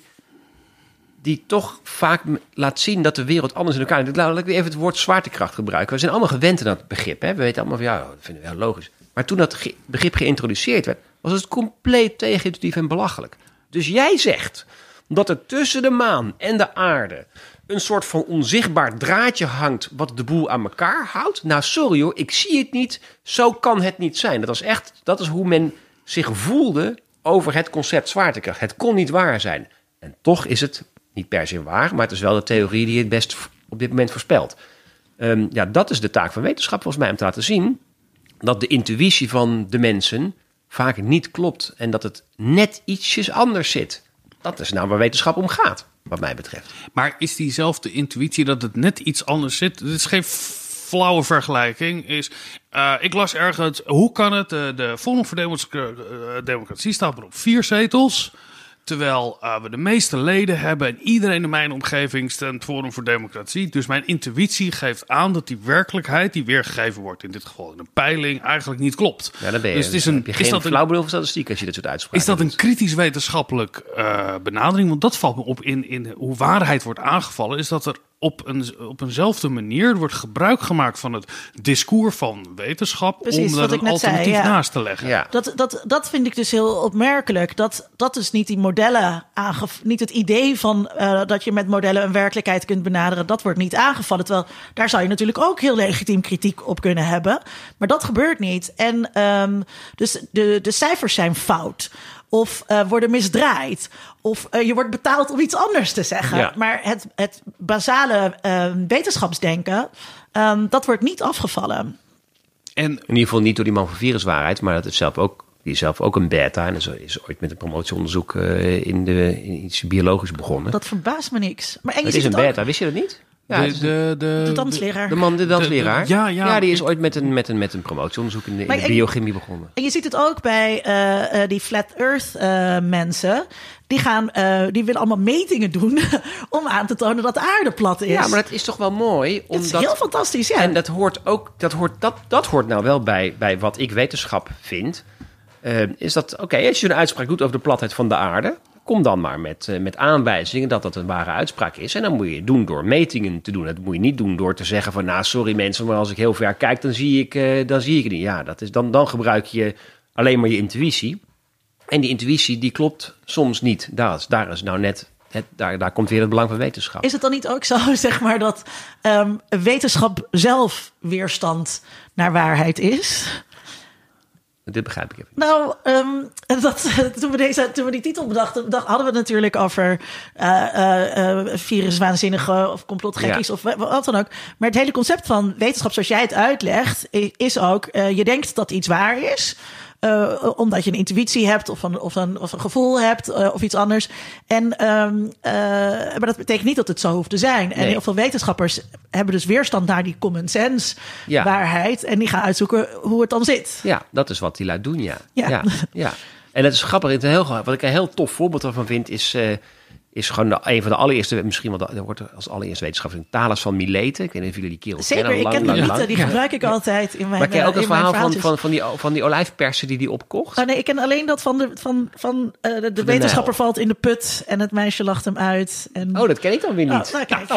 toch vaak laat zien dat de wereld anders in elkaar is. Laat ik weer even het woord zwaartekracht gebruiken. We zijn allemaal gewend aan dat begrip. Hè? We weten allemaal van, dat vinden we wel logisch. Maar toen dat begrip geïntroduceerd werd, was het compleet tegenintuïtief en belachelijk. Dus jij zegt dat er tussen de maan en de aarde een soort van onzichtbaar draadje hangt wat de boel aan elkaar houdt? Nou, sorry hoor, ik zie het niet. Zo kan het niet zijn. Dat is hoe men zich voelde over het concept zwaartekracht. Het kon niet waar zijn. En toch is het niet per se waar, maar het is wel de theorie die het best op dit moment voorspelt. Dat is de taak van wetenschap volgens mij, om te laten zien dat de intuïtie van de mensen vaak niet klopt en dat het net ietsjes anders zit. Dat is nou waar wetenschap om gaat. wat mij betreft. Maar is diezelfde intuïtie dat het net iets anders zit? Dit is geen flauwe vergelijking. Ik las ergens, hoe kan het? De Forum voor Democratie staat maar op 4 zetels. Terwijl we de meeste leden hebben en iedereen in mijn omgeving stemt Forum voor Democratie. Dus mijn intuïtie geeft aan dat die werkelijkheid die weergegeven wordt, in dit geval in een peiling, eigenlijk niet klopt. Ja, dan ben je, dus het is heb je geen flauw benul van statistiek als je dit soort uitspraken Is dat een doet. kritisch wetenschappelijk benadering? Want dat valt me op in hoe waarheid wordt aangevallen. Is dat er op eenzelfde manier wordt gebruik gemaakt van het discours van wetenschap. Precies, om wat er ik een net zei, alternatief ja. naast te leggen. Ja. Dat vind ik dus heel opmerkelijk. Dat is niet die modellen niet het idee van dat je met modellen een werkelijkheid kunt benaderen. Dat wordt niet aangevallen. Terwijl daar zou je natuurlijk ook heel legitiem kritiek op kunnen hebben. Maar dat gebeurt niet. En dus de cijfers zijn fout. Of worden misdraaid. Of je wordt betaald om iets anders te zeggen. Ja. Maar het basale wetenschapsdenken, dat wordt niet afgevallen. En In ieder geval niet door die man van viruswaarheid, maar dat is die is zelf ook een beta. En is ooit met een promotieonderzoek in iets biologisch begonnen. Dat verbaast me niks. Maar en je Het ziet is een het ook. beta, wist je dat niet? Ja, het is De dansleraar. de man, de dansleraar. Ja. Die is ooit met een promotieonderzoek in de biochemie begonnen. En je ziet het ook bij die Flat Earth mensen. Die willen allemaal metingen doen om aan te tonen dat de aarde plat is. Ja, maar dat is toch wel mooi. Het is heel fantastisch, ja. En dat hoort nou wel bij wat ik wetenschap vind. Is dat, oké, als je een uitspraak doet over de platheid van de aarde, kom dan maar met aanwijzingen dat een ware uitspraak is. En dan moet je het doen door metingen te doen. Dat moet je niet doen door te zeggen van, nou, sorry mensen, maar als ik heel ver kijk, dan zie ik het niet. Ja, dan gebruik je alleen maar je intuïtie. En die intuïtie, die klopt soms niet. Daar is nou net, daar komt weer het belang van wetenschap. Is het dan niet ook zo, zeg maar, dat wetenschap zelf weerstand naar waarheid is? Dit begrijp ik even. Nou, toen we die titel bedachten, hadden we het natuurlijk over viruswaanzinnigen of complotgekkies of wat dan ook. Maar het hele concept van wetenschap, zoals jij het uitlegt, is ook, je denkt dat iets waar is. Omdat je een intuïtie hebt of een gevoel hebt of iets anders. Maar dat betekent niet dat het zo hoeft te zijn. En heel veel wetenschappers hebben dus weerstand naar die common sense waarheid. En die gaan uitzoeken hoe het dan zit. Ja, dat is wat die lui doen, ja. Ja. En dat is grappig. Wat ik een heel tof voorbeeld ervan vind, is gewoon een van de allereerste, misschien wel, dat wordt als allereerste wetenschapper, Thales van Mileten. Ik weet niet of jullie die kerel Zeker, kennen. ik ken die mythe, die gebruik ik altijd in mijn Maar ken je ook het verhaal verhaaltjes. van die olijfpersen die opkocht? Oh nee, ik ken alleen dat van de wetenschapper valt in de put en het meisje lacht hem uit. En... Oh, dat ken ik dan weer niet. Nou, kijk.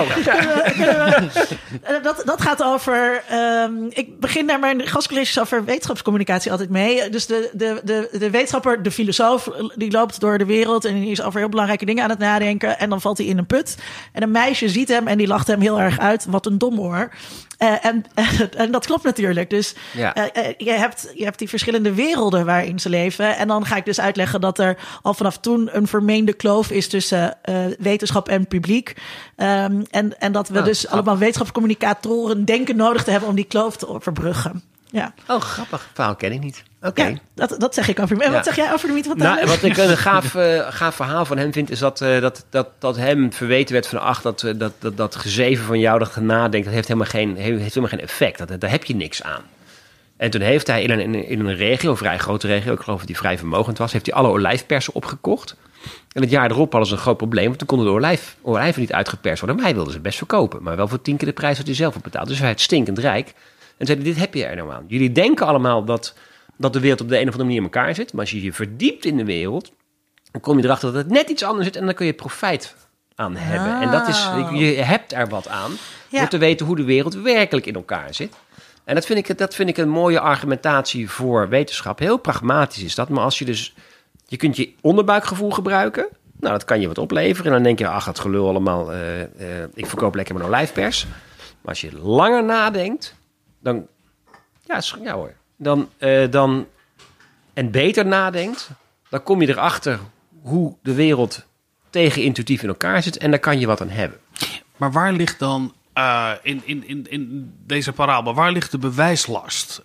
Dat gaat over... ik begin daar mijn gastcolleges over wetenschapscommunicatie altijd mee. Dus de wetenschapper, de filosoof, die loopt door de wereld en die is over heel belangrijke dingen aan het nadenken. En dan valt hij in een put. En een meisje ziet hem en die lacht hem heel erg uit. Wat een domhoor. En dat klopt natuurlijk. Dus je hebt die verschillende werelden waarin ze leven. En dan ga ik dus uitleggen dat er al vanaf toen een vermeende kloof is tussen wetenschap en publiek. En dat we dus allemaal wetenschapscommunicatoren denken nodig te hebben om die kloof te overbruggen. Ja. Oh, grappig. Verhaal ken ik niet. Oké. Ja, dat zeg ik over hem. En wat zeg jij over de mythe van Thales? Nou, wat ik een gaaf verhaal van hem vind, is dat hem verweten werd van, dat gezeven van jou, dat nadenkt, dat heeft helemaal geen effect. Daar heb je niks aan. En toen heeft hij in een regio, een vrij grote regio, ik geloof dat hij vrij vermogend was, heeft hij alle olijfpersen opgekocht. En het jaar erop hadden ze een groot probleem, want toen konden de olijven niet uitgeperst worden. Maar hij wilde ze best verkopen, maar wel voor 10 keer de prijs wat hij zelf op betaald. Dus hij had stinkend rijk. En zeiden, dit heb je er nou aan. Jullie denken allemaal dat de wereld op de een of andere manier in elkaar zit. Maar als je je verdiept in de wereld, dan kom je erachter dat het net iets anders zit. En dan kun je profijt aan hebben. En dat is, je hebt er wat aan door te weten hoe de wereld werkelijk in elkaar zit. En dat vind ik een mooie argumentatie voor wetenschap. Heel pragmatisch is dat. Maar als je kunt je onderbuikgevoel gebruiken. Nou, dat kan je wat opleveren. En dan denk je, ach, dat gelul allemaal. Ik verkoop lekker mijn olijfpers. Maar als je langer nadenkt, dan... Ja hoor. Dan en beter nadenkt, dan kom je erachter hoe de wereld tegenintuïtief in elkaar zit. En daar kan je wat aan hebben. Maar waar ligt dan in deze parabel, waar ligt de bewijslast?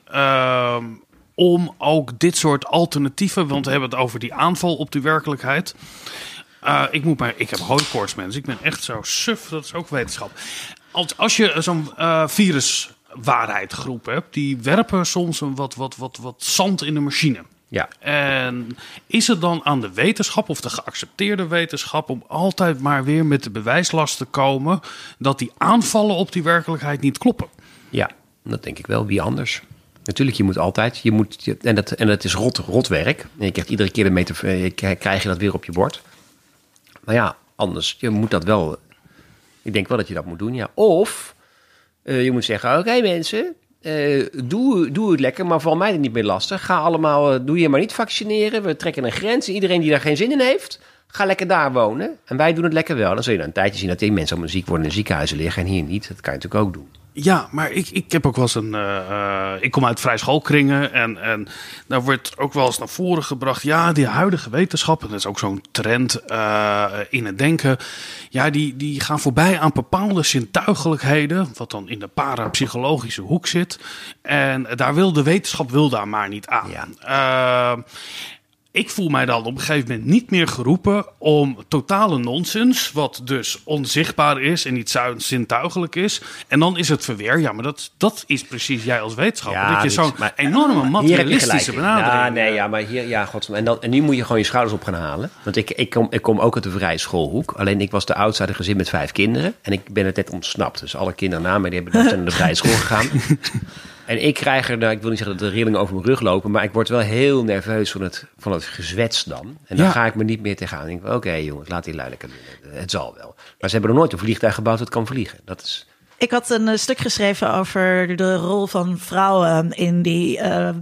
Om ook dit soort alternatieven, want we hebben het over die aanval op de werkelijkheid. Ik heb hooikoorts, mensen. Ik ben echt zo suf. Dat is ook wetenschap. Als je zo'n viruswaarheid-groep hebt, die werpen soms een wat zand in de machine. Ja. En is het dan aan de wetenschap of de geaccepteerde wetenschap om altijd maar weer met de bewijslast te komen dat die aanvallen op die werkelijkheid niet kloppen? Ja, dat denk ik wel. Wie anders? Natuurlijk, je moet altijd. En dat is rot werk. En je krijgt iedere keer krijg je dat weer op je bord. Maar ja, anders. Je moet dat wel. Ik denk wel dat je dat moet doen, ja. Of je moet zeggen, oké, mensen, doe het lekker, maar val mij er niet meer lastig. Doe je maar niet vaccineren. We trekken een grens. Iedereen die daar geen zin in heeft, ga lekker daar wonen. En wij doen het lekker wel. Dan zul je een tijdje zien dat die mensen allemaal ziek worden in ziekenhuizen liggen. En hier niet. Dat kan je natuurlijk ook doen. Ja, maar ik heb ook wel eens ik kom uit vrij schoolkringen en daar wordt ook wel eens naar voren gebracht. Ja, die huidige wetenschap, en dat is ook zo'n trend in het denken. Ja, die gaan voorbij aan bepaalde zintuigelijkheden, wat dan in de parapsychologische hoek zit. En de wetenschap wil daar maar niet aan. Ja. Ik voel mij dan op een gegeven moment niet meer geroepen om totale nonsens, wat dus onzichtbaar is en niet zintuigelijk is. En dan is het verweer. Ja, maar dat is precies jij als wetenschapper. Ja, dat je zo'n enorme materialistische benadering. Ja, nee, ja, maar hier, ja, god. En nu moet je gewoon je schouders op gaan halen. Want ik kom ook uit de vrije schoolhoek. Alleen ik was de oudste uit een gezin met 5 kinderen. En ik ben het net ontsnapt. Dus alle kinderen na mij, die zijn naar de vrije school gegaan. En ik krijg ik wil niet zeggen dat de rillingen over mijn rug lopen, maar ik word wel heel nerveus van het gezwets dan. En dan ga ik me niet meer tegenaan. Ik denk, oké, jongens, laat die lui lekker doen. Het zal wel. Maar ze hebben nog nooit een vliegtuig gebouwd dat kan vliegen. Dat is... Ik had een stuk geschreven over de rol van vrouwen in die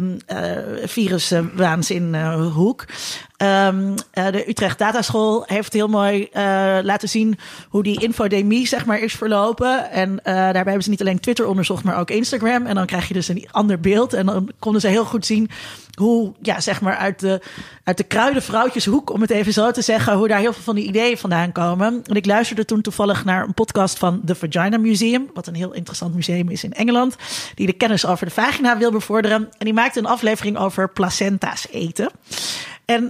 viruswaanzinhoek. De Utrecht Dataschool heeft heel mooi laten zien hoe die infodemie zeg maar is verlopen. En daarbij hebben ze niet alleen Twitter onderzocht, maar ook Instagram. En dan krijg je dus een ander beeld. En dan konden ze heel goed zien hoe, ja, zeg maar uit de kruidenvrouwtjeshoek, om het even zo te zeggen, hoe daar heel veel van die ideeën vandaan komen. En ik luisterde toen toevallig naar een podcast van The Vagina Museum, wat een heel interessant museum is in Engeland, die de kennis over de vagina wil bevorderen. En die maakte een aflevering over placenta's eten. En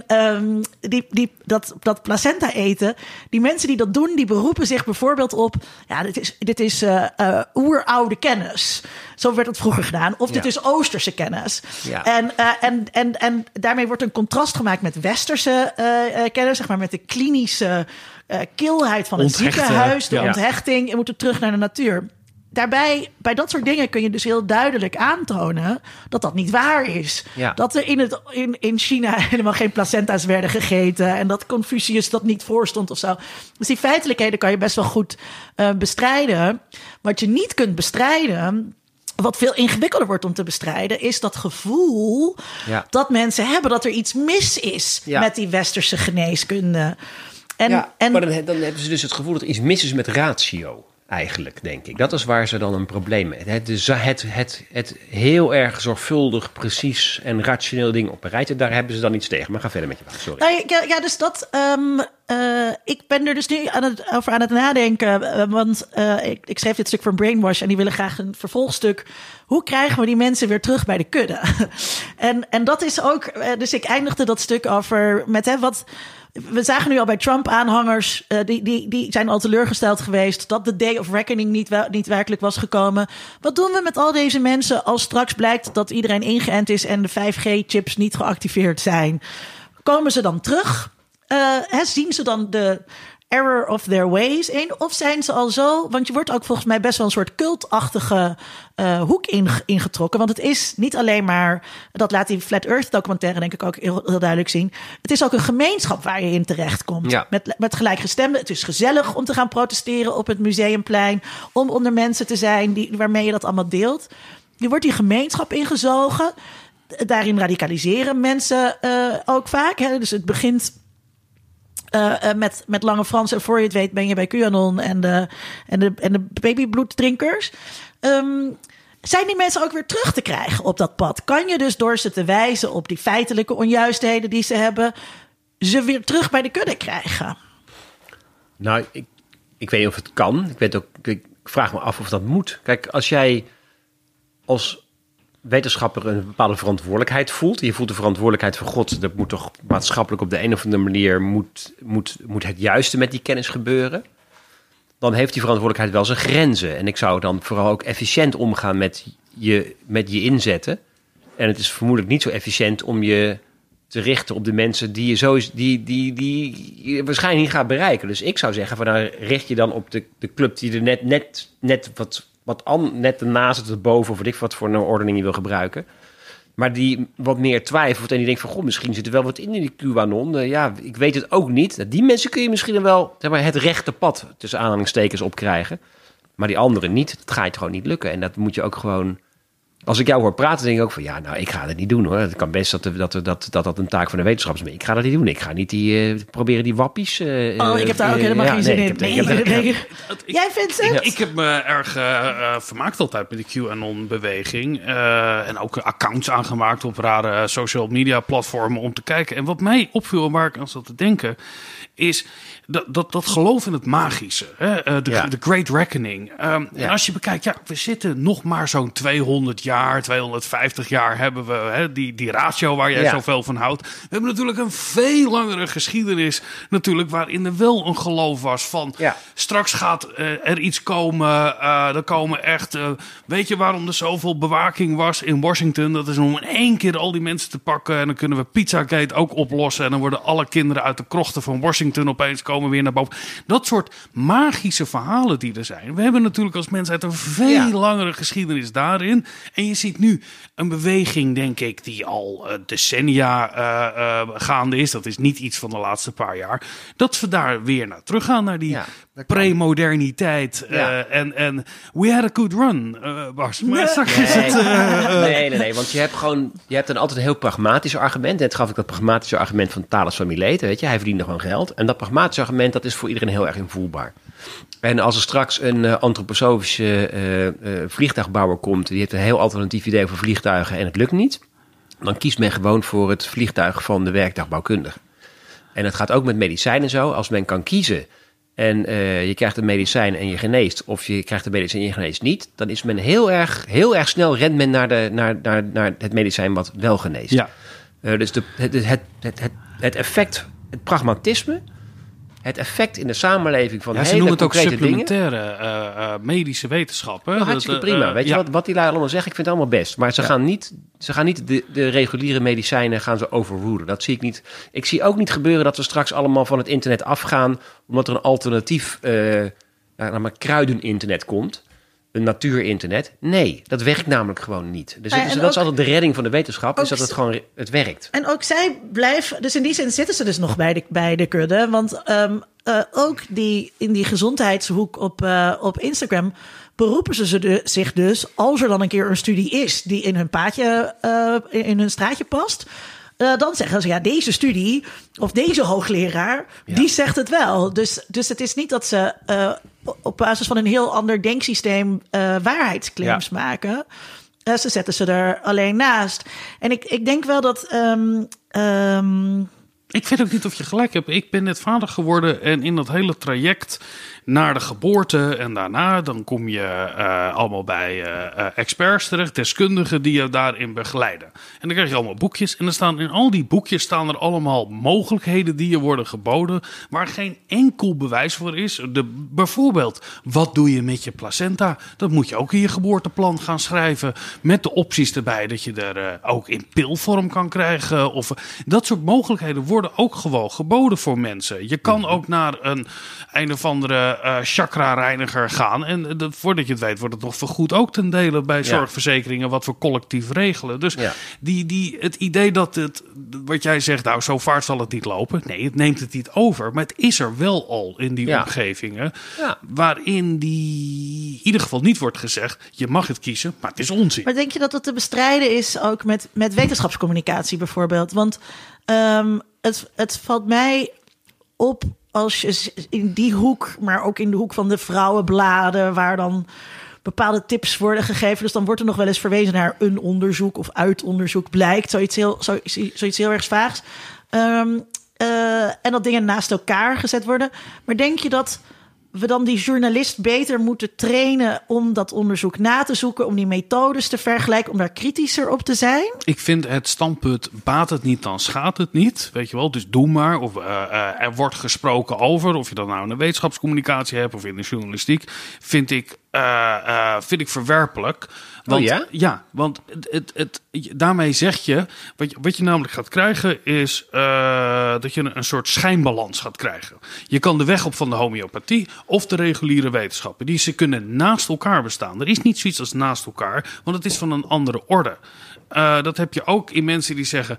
dat placenta eten, die mensen die dat doen, die beroepen zich bijvoorbeeld op, ja, dit is oeroude kennis. Zo werd het vroeger gedaan. Of dit is Oosterse kennis. Ja. En daarmee wordt een contrast gemaakt met Westerse kennis, zeg maar met de klinische kilheid van het ziekenhuis, de onthechting. Je moet er terug naar de natuur. Daarbij, bij dat soort dingen kun je dus heel duidelijk aantonen dat dat niet waar is. Ja. Dat er in China helemaal geen placenta's werden gegeten en dat Confucius dat niet voorstond of zo. Dus die feitelijkheden kan je best wel goed bestrijden. Wat je niet kunt bestrijden, wat veel ingewikkelder wordt om te bestrijden, is dat gevoel dat mensen hebben dat er iets mis is met die westerse geneeskunde. Maar dan hebben ze dus het gevoel dat er iets mis is met ratio. Eigenlijk, denk ik. Dat is waar ze dan een probleem mee hebben. Het heel erg zorgvuldig, precies en rationeel ding op een rijtje, daar hebben ze dan iets tegen. Maar ga verder met je verhaal, sorry. Ja, dus dat... ik ben er dus nu over aan het nadenken. Want ik schreef dit stuk voor Brainwash en die willen graag een vervolgstuk. Hoe krijgen we die mensen weer terug bij de kudde? En dat is ook... Dus ik eindigde dat stuk over met wat... We zagen nu al bij Trump-aanhangers, die zijn al teleurgesteld geweest dat de Day of Reckoning niet werkelijk was gekomen. Wat doen we met al deze mensen als straks blijkt dat iedereen ingeënt is en de 5G-chips niet geactiveerd zijn? Komen ze dan terug? Zien ze dan de error of their ways in? Of zijn ze al zo... Want je wordt ook volgens mij best wel een soort cultachtige hoek ingetrokken. Want het is niet alleen maar... Dat laat die Flat Earth documentaire denk ik ook heel duidelijk zien. Het is ook een gemeenschap waar je in terechtkomt. Ja. Met gelijkgestemden. Het is gezellig om te gaan protesteren op het Museumplein. Om onder mensen te zijn waarmee je dat allemaal deelt. Je wordt die gemeenschap ingezogen. Daarin radicaliseren mensen ook vaak. Hè? Dus het begint... met Lange Frans en voor je het weet ben je bij QAnon en de babybloeddrinkers. Zijn die mensen ook weer terug te krijgen op dat pad? Kan je dus door ze te wijzen op die feitelijke onjuistheden die ze hebben, ze weer terug bij de kudde krijgen? Nou, ik weet niet of het kan. Ik vraag me af of dat moet. Kijk, als jij als wetenschapper een bepaalde verantwoordelijkheid voelt. Je voelt de verantwoordelijkheid van God. Dat moet toch maatschappelijk op de een of andere manier moet het juiste met die kennis gebeuren. Dan heeft die verantwoordelijkheid wel zijn grenzen. En ik zou dan vooral ook efficiënt omgaan met je inzetten. En het is vermoedelijk niet zo efficiënt om je te richten op de mensen die je sowieso die waarschijnlijk niet gaat bereiken. Dus ik zou zeggen, van, nou, richt je dan op de club die er net net ernaast zit, erboven, of weet ik wat voor een ordening je wil gebruiken. Maar die wat meer twijfelt en die denkt van, goh, misschien zit er wel wat in die QAnon. Ik weet het ook niet. Die mensen kun je misschien dan wel, zeg maar, het rechte pad tussen aanhalingstekens opkrijgen. Maar die anderen niet. Dat gaat gewoon niet lukken. En dat moet je ook gewoon... Als ik jou hoor praten, denk ik ook van... ja, nou, ik ga dat niet doen, hoor. Het kan best dat een taak van de wetenschap is. Maar ik ga dat niet doen. Ik ga niet proberen die wappies... ik heb daar ook helemaal geen zin in. Jij vindt het? Ik heb me erg vermaakt altijd met de QAnon-beweging. En ook accounts aangemaakt op rare social media platformen om te kijken. En wat mij opviel, waar ik aan zat te denken... is dat geloof in het magische. Hè? De Great Reckoning. En als je bekijkt, we zitten nog maar zo'n 200 jaar, 250 jaar hebben we. Hè? Die ratio waar jij zoveel van houdt. We hebben natuurlijk een veel langere geschiedenis natuurlijk, waarin er wel een geloof was van... straks gaat er iets komen. Er komen echt... weet je waarom er zoveel bewaking was in Washington? Dat is om in één keer al die mensen te pakken. En dan kunnen we Pizzagate ook oplossen. En dan worden alle kinderen uit de krochten van Washington opeens komen weer naar boven. Dat soort magische verhalen die er zijn. We hebben natuurlijk als mensheid een veel langere geschiedenis daarin. En je ziet nu een beweging, denk ik, die al decennia gaande is. Dat is niet iets van de laatste paar jaar. Dat we daar weer naar teruggaan, naar die premoderniteit. En we had a good run, Bas. Maar straks is het... Nee, want je hebt dan altijd een heel pragmatisch argument. Net gaf ik dat pragmatische argument van Thales van Mileto, weet je. Hij verdiende gewoon geld. En dat pragmatische argument, dat is voor iedereen heel erg invoelbaar. En als er straks een antroposofische vliegtuigbouwer komt, die heeft een heel alternatief idee over vliegtuigen en het lukt niet, dan kiest men gewoon voor het vliegtuig van de werktuigbouwkundige. En het gaat ook met medicijnen zo. Als men kan kiezen en je krijgt een medicijn en je geneest, of je krijgt een medicijn en je geneest niet, dan is men heel erg snel rent men naar het medicijn wat wel geneest. Ja. Dus het effect, het pragmatisme, het effect in de samenleving van hele concrete dingen. Ze noemen het ook supplementaire medische wetenschap. Hè? Nou, hartstikke prima. Weet je wat die lui allemaal zeggen? Ik vind het allemaal best. Maar ze gaan niet de reguliere medicijnen gaan ze overrulen. Dat zie ik niet. Ik zie ook niet gebeuren dat we straks allemaal van het internet afgaan, omdat er een alternatief kruiden-internet komt. Een natuurinternet. Nee, dat werkt namelijk gewoon niet. Dus dat is altijd de redding van de wetenschap, is dat het werkt. En ook zij blijven, dus in die zin zitten ze dus nog bij de kudde. Want ook in die gezondheidshoek op Instagram beroepen ze zich dus, als er dan een keer een studie is die in hun paadje, in hun straatje past, dan zeggen ze, deze studie of deze hoogleraar, die zegt het wel. Dus het is niet dat ze op basis van een heel ander denksysteem waarheidsclaims maken. Ze zetten ze er alleen naast. En ik denk wel dat... Ik weet ook niet of je gelijk hebt. Ik ben net vader geworden en in dat hele traject naar de geboorte en daarna, dan kom je allemaal bij experts terecht, deskundigen die je daarin begeleiden. En dan krijg je allemaal boekjes en in al die boekjes staan er allemaal mogelijkheden die je worden geboden, waar geen enkel bewijs voor is. Bijvoorbeeld, wat doe je met je placenta? Dat moet je ook in je geboorteplan gaan schrijven, met de opties erbij dat je er ook in pilvorm kan krijgen. Of dat soort mogelijkheden worden ook gewoon geboden voor mensen. Je kan ook naar een of andere chakra-reiniger gaan. En voordat je het weet, wordt het nog vergoed ook ten dele bij zorgverzekeringen wat we collectief regelen. Dus het idee dat wat jij zegt, nou, zo vaart zal het niet lopen. Nee, het neemt het niet over. Maar het is er wel al in die omgevingen. Ja. Waarin in ieder geval niet wordt gezegd, je mag het kiezen, maar het is onzin. Maar denk je dat het te bestrijden is ook met wetenschapscommunicatie bijvoorbeeld? Want het valt mij op als je in die hoek, maar ook in de hoek van de vrouwenbladen, waar dan bepaalde tips worden gegeven. Dus dan wordt er nog wel eens verwezen naar een onderzoek of uit onderzoek blijkt. Zoiets heel erg vaags. En dat dingen naast elkaar gezet worden. Maar denk je dat we dan die journalist beter moeten trainen om dat onderzoek na te zoeken, om die methodes te vergelijken, om daar kritischer op te zijn? Ik vind het standpunt, baat het niet, dan schaadt het niet. Weet je wel, dus doe maar. Of er wordt gesproken over, of je dat nou in de wetenschapscommunicatie hebt of in de journalistiek, vind ik verwerpelijk. Want, want daarmee zeg je, wat je namelijk gaat krijgen is dat je een soort schijnbalans gaat krijgen. Je kan de weg op van de homeopathie of de reguliere wetenschappen. Ze kunnen naast elkaar bestaan. Er is niet zoiets als naast elkaar, want het is van een andere orde. Dat heb je ook in mensen die zeggen,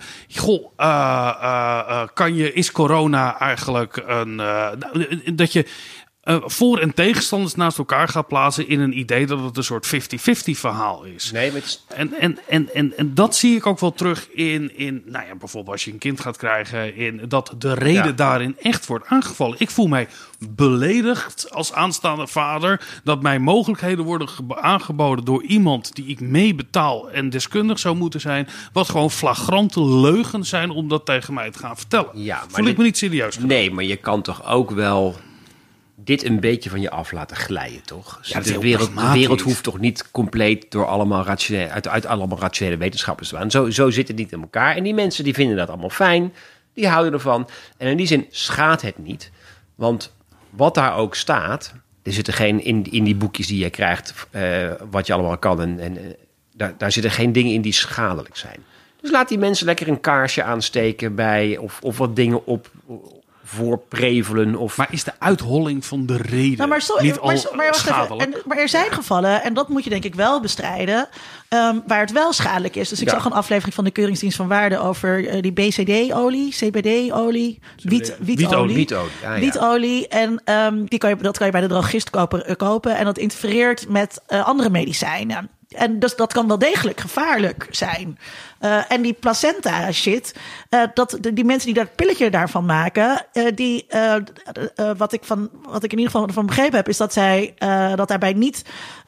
is corona eigenlijk dat je voor- en tegenstanders naast elkaar gaat plaatsen in een idee dat het een soort 50-50 verhaal is. Nee, maar en dat zie ik ook wel terug in bijvoorbeeld als je een kind gaat krijgen, in dat de reden daarin echt wordt aangevallen. Ik voel mij beledigd als aanstaande vader dat mij mogelijkheden worden aangeboden door iemand die ik mee betaal en deskundig zou moeten zijn, wat gewoon flagrante leugens zijn om dat tegen mij te gaan vertellen. Ja, maar voel ik me niet serieus genomen. Nee, maar je kan toch ook wel dit een beetje van je af laten glijden, toch? Ja, de wereld hoeft toch niet compleet door uit allemaal rationele wetenschappers te gaan. Zo zit het niet in elkaar. En die mensen die vinden dat allemaal fijn, die houden ervan. En in die zin schaadt het niet. Want wat daar ook staat, er zitten geen in die boekjes die je krijgt, wat je allemaal kan. En daar zitten geen dingen in die schadelijk zijn. Dus laat die mensen lekker een kaarsje aansteken bij of wat dingen voorprevelen. Maar is de uitholling van de reden schadelijk? Maar er zijn gevallen, en dat moet je denk ik wel bestrijden, waar het wel schadelijk is. Dus ik zag een aflevering van de Keuringsdienst van Waarde over die BCD-olie, CBD-olie, wietolie. Wietolie. En dat kan je bij de drogist kopen. En dat interfereert met andere medicijnen. En dus dat kan wel degelijk gevaarlijk zijn. En die placenta shit, die mensen die dat pilletje daarvan maken, wat ik in ieder geval van begrepen heb, is dat dat daarbij niet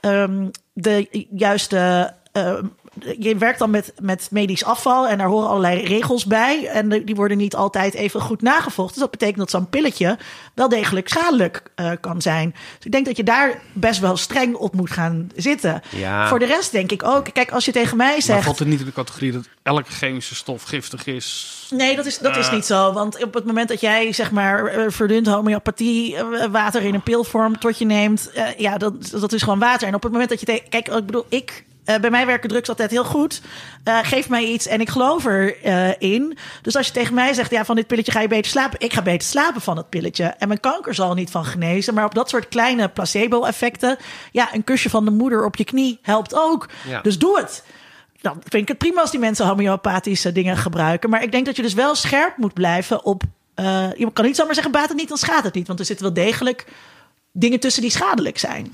de juiste. Je werkt dan met medisch afval en daar horen allerlei regels bij. En die worden niet altijd even goed nagevolgd. Dus dat betekent dat zo'n pilletje wel degelijk schadelijk kan zijn. Dus ik denk dat je daar best wel streng op moet gaan zitten. Ja. Voor de rest denk ik ook. Kijk, als je tegen mij zegt, maar valt het niet in de categorie dat elke chemische stof giftig is? Nee, dat is niet zo. Want op het moment dat jij zeg maar verdund homeopathie water in een pilvorm tot je neemt, dat is gewoon water. En op het moment dat je kijk, ik bedoel, bij mij werken drugs altijd heel goed. Geef mij iets en ik geloof erin. Dus als je tegen mij zegt, van dit pilletje ga je beter slapen. Ik ga beter slapen van het pilletje. En mijn kanker zal er niet van genezen. Maar op dat soort kleine placebo-effecten, een kusje van de moeder op je knie helpt ook. Ja. Dus doe het. Dan vind ik het prima als die mensen homeopathische dingen gebruiken. Maar ik denk dat je dus wel scherp moet blijven op. Je kan niet zomaar zeggen, baat het niet, dan schaadt het niet. Want er zitten wel degelijk dingen tussen die schadelijk zijn.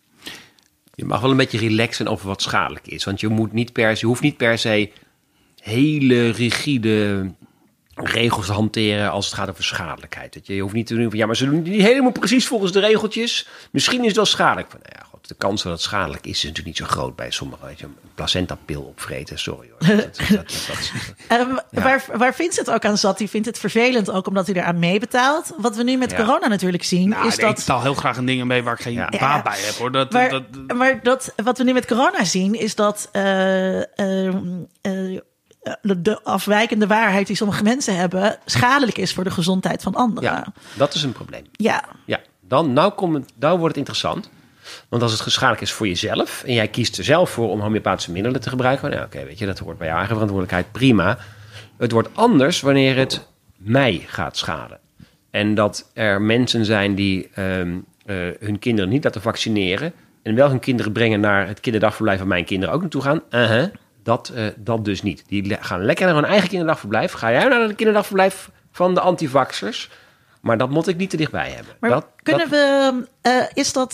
Je mag wel een beetje relaxen over wat schadelijk is. Want je hoeft niet per se hele rigide regels te hanteren als het gaat over schadelijkheid. Je hoeft niet te doen van, maar ze doen niet helemaal precies volgens de regeltjes. Misschien is het wel schadelijk. De kans dat het schadelijk is natuurlijk niet zo groot bij sommigen. Weet je, een placentapil opvreten, sorry hoor. Waar Vincent ook aan zat, die vindt het vervelend ook omdat hij eraan meebetaalt. Wat we nu met corona natuurlijk zien, is dat. Ik betaal heel graag aan dingen mee waar ik geen baat bij heb, hoor. Maar wat we nu met corona zien, is dat de afwijkende waarheid die sommige mensen hebben schadelijk is voor de gezondheid van anderen. Ja, dat is een probleem. Ja. Nou wordt het interessant. Want als het schadelijk is voor jezelf en jij kiest er zelf voor om homeopathische middelen te gebruiken, weet je, dat hoort bij jouw eigen verantwoordelijkheid, prima. Het wordt anders wanneer het mij gaat schaden. En dat er mensen zijn die hun kinderen niet laten vaccineren en wel hun kinderen brengen naar het kinderdagverblijf waar mijn kinderen ook naartoe gaan. Dat dus niet. Die gaan lekker naar hun eigen kinderdagverblijf. Ga jij naar het kinderdagverblijf van de antivaxers? Maar dat moet ik niet te dichtbij hebben. Maar is dat.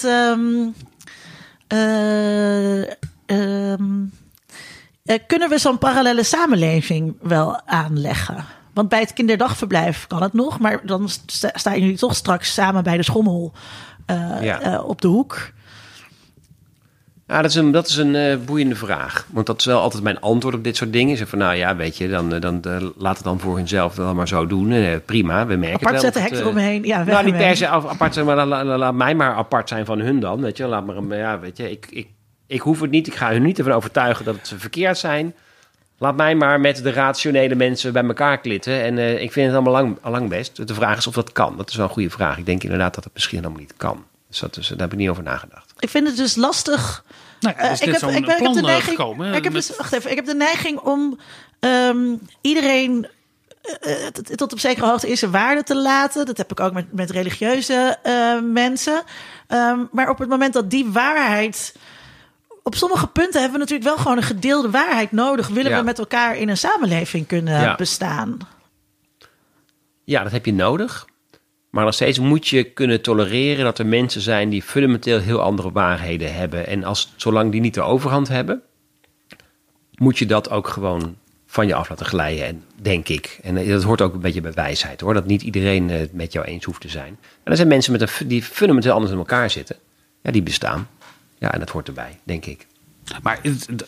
Kunnen we zo'n parallele samenleving wel aanleggen? Want bij het kinderdagverblijf kan het nog, maar dan staan jullie toch straks samen bij de schommel op de hoek. Ja, dat is een boeiende vraag. Want dat is wel altijd mijn antwoord op dit soort dingen. Zeg van, nou ja, weet je, dan laat het dan voor hunzelf dan maar zo doen. Prima, we merken Apart het wel. zetten, hek eromheen. Ja, nou, niet per se apart zijn, maar laat mij maar apart zijn van hun dan. Weet je, laat maar, ja, weet je, ik hoef het niet. Ik ga hun niet ervan overtuigen dat ze verkeerd zijn. Laat mij maar met de rationele mensen bij elkaar klitten. En ik vind het allemaal lang best. De vraag is of dat kan. Dat is wel een goede vraag. Ik denk inderdaad dat het misschien helemaal niet kan. Dus daar heb ik niet over nagedacht. Ik vind het dus lastig. Nou ja, ik heb de neiging om iedereen tot op zekere hoogte in zijn waarde te laten. Dat heb ik ook met religieuze mensen. Maar op het moment dat die waarheid... Op sommige punten hebben we natuurlijk wel gewoon een gedeelde waarheid nodig. Willen we met elkaar in een samenleving kunnen bestaan? Ja, dat heb je nodig. Maar nog steeds moet je kunnen tolereren dat er mensen zijn die fundamenteel heel andere waarheden hebben. En zolang die niet de overhand hebben, moet je dat ook gewoon van je af laten glijden, denk ik. En dat hoort ook een beetje bij wijsheid, hoor. Dat niet iedereen het met jou eens hoeft te zijn. En er zijn mensen die fundamenteel anders in elkaar zitten. Ja, die bestaan. Ja, en dat hoort erbij, denk ik. Maar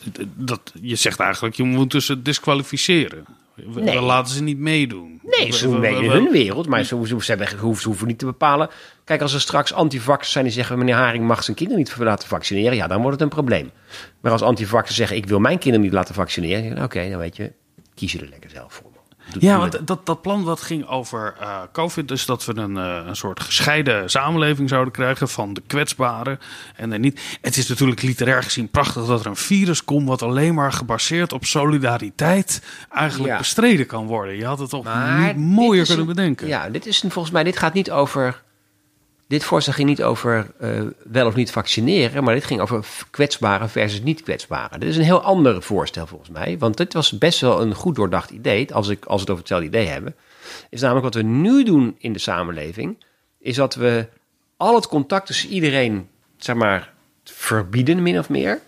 je zegt eigenlijk, je moet ze disqualificeren. We laten ze niet meedoen. Nee, ze doen mee in hun wereld, maar ze hoeven niet te bepalen. Kijk, als er straks antivaxers zijn die zeggen... meneer Haring mag zijn kinderen niet laten vaccineren... ja, dan wordt het een probleem. Maar als antivaxers zeggen... ik wil mijn kinderen niet laten vaccineren... oké, dan weet je, kies je er lekker zelf voor. Ja, want dat plan wat ging over COVID... dus dat we een soort gescheiden samenleving zouden krijgen... van de kwetsbaren en niet. Het is natuurlijk literair gezien prachtig dat er een virus komt... wat alleen maar gebaseerd op solidariteit... eigenlijk bestreden kan worden. Je had het toch niet mooier kunnen bedenken. Ja, dit gaat niet over... Dit voorstel ging niet over wel of niet vaccineren... maar dit ging over kwetsbaren versus niet kwetsbaren. Dit is een heel ander voorstel volgens mij. Want dit was best wel een goed doordacht idee... als we het over hetzelfde idee hebben. Is namelijk wat we nu doen in de samenleving... is dat we al het contact tussen iedereen... zeg maar, verbieden min of meer...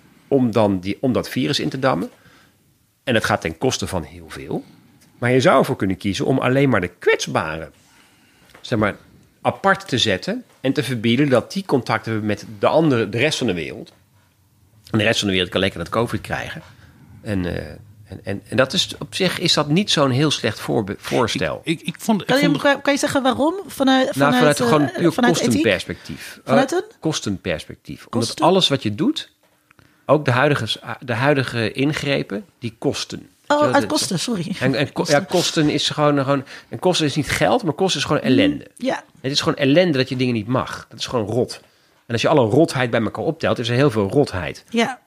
om dat virus in te dammen. En dat gaat ten koste van heel veel. Maar je zou ervoor kunnen kiezen om alleen maar de kwetsbaren... zeg maar, apart te zetten en te verbieden dat die contact hebben met de rest van de wereld. En de rest van de wereld kan lekker dat COVID krijgen. En dat is op zich is dat niet zo'n heel slecht voorstel. Kan je zeggen waarom? Vanuit gewoon puur kostenperspectief. Kostenperspectief. Omdat alles wat je doet, ook de huidige ingrepen, die kosten. Oh, uit kosten, sorry. Kosten is gewoon... En kosten is niet geld, maar kosten is gewoon ellende. Ja. Het is gewoon ellende dat je dingen niet mag. Dat is gewoon rot. En als je alle rotheid bij elkaar optelt, is er heel veel rotheid. Ja.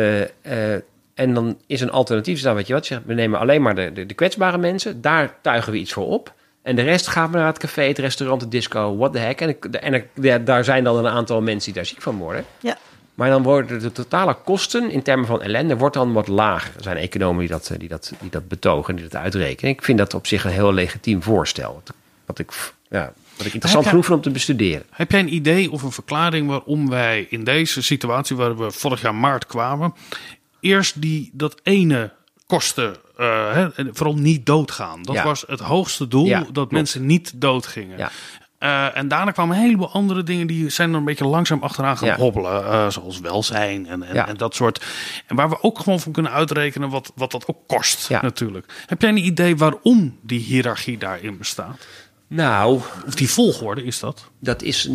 En dan is een alternatief, dan weet je wat, we nemen alleen maar de kwetsbare mensen. Daar tuigen we iets voor op. En de rest gaat naar het café, het restaurant, de disco, what the heck. En daar zijn dan een aantal mensen die daar ziek van worden. Ja. Maar dan worden de totale kosten in termen van ellende wordt dan wat lager. Er zijn economen die dat betogen, die dat uitrekenen. Ik vind dat op zich een heel legitiem voorstel. Wat ik interessant genoeg vind om te bestuderen. Heb jij een idee of een verklaring waarom wij in deze situatie... waar we vorig jaar maart kwamen... eerst dat ene kosten, vooral niet doodgaan. Dat was het hoogste doel, dat mensen niet doodgingen. Ja. En daarna kwamen een heleboel andere dingen... die zijn er een beetje langzaam achteraan gaan hobbelen. Zoals welzijn en dat soort. En waar we ook gewoon van kunnen uitrekenen... wat dat ook kost natuurlijk. Heb jij een idee waarom die hiërarchie daarin bestaat? Nou... Of die volgorde is dat? Dat is...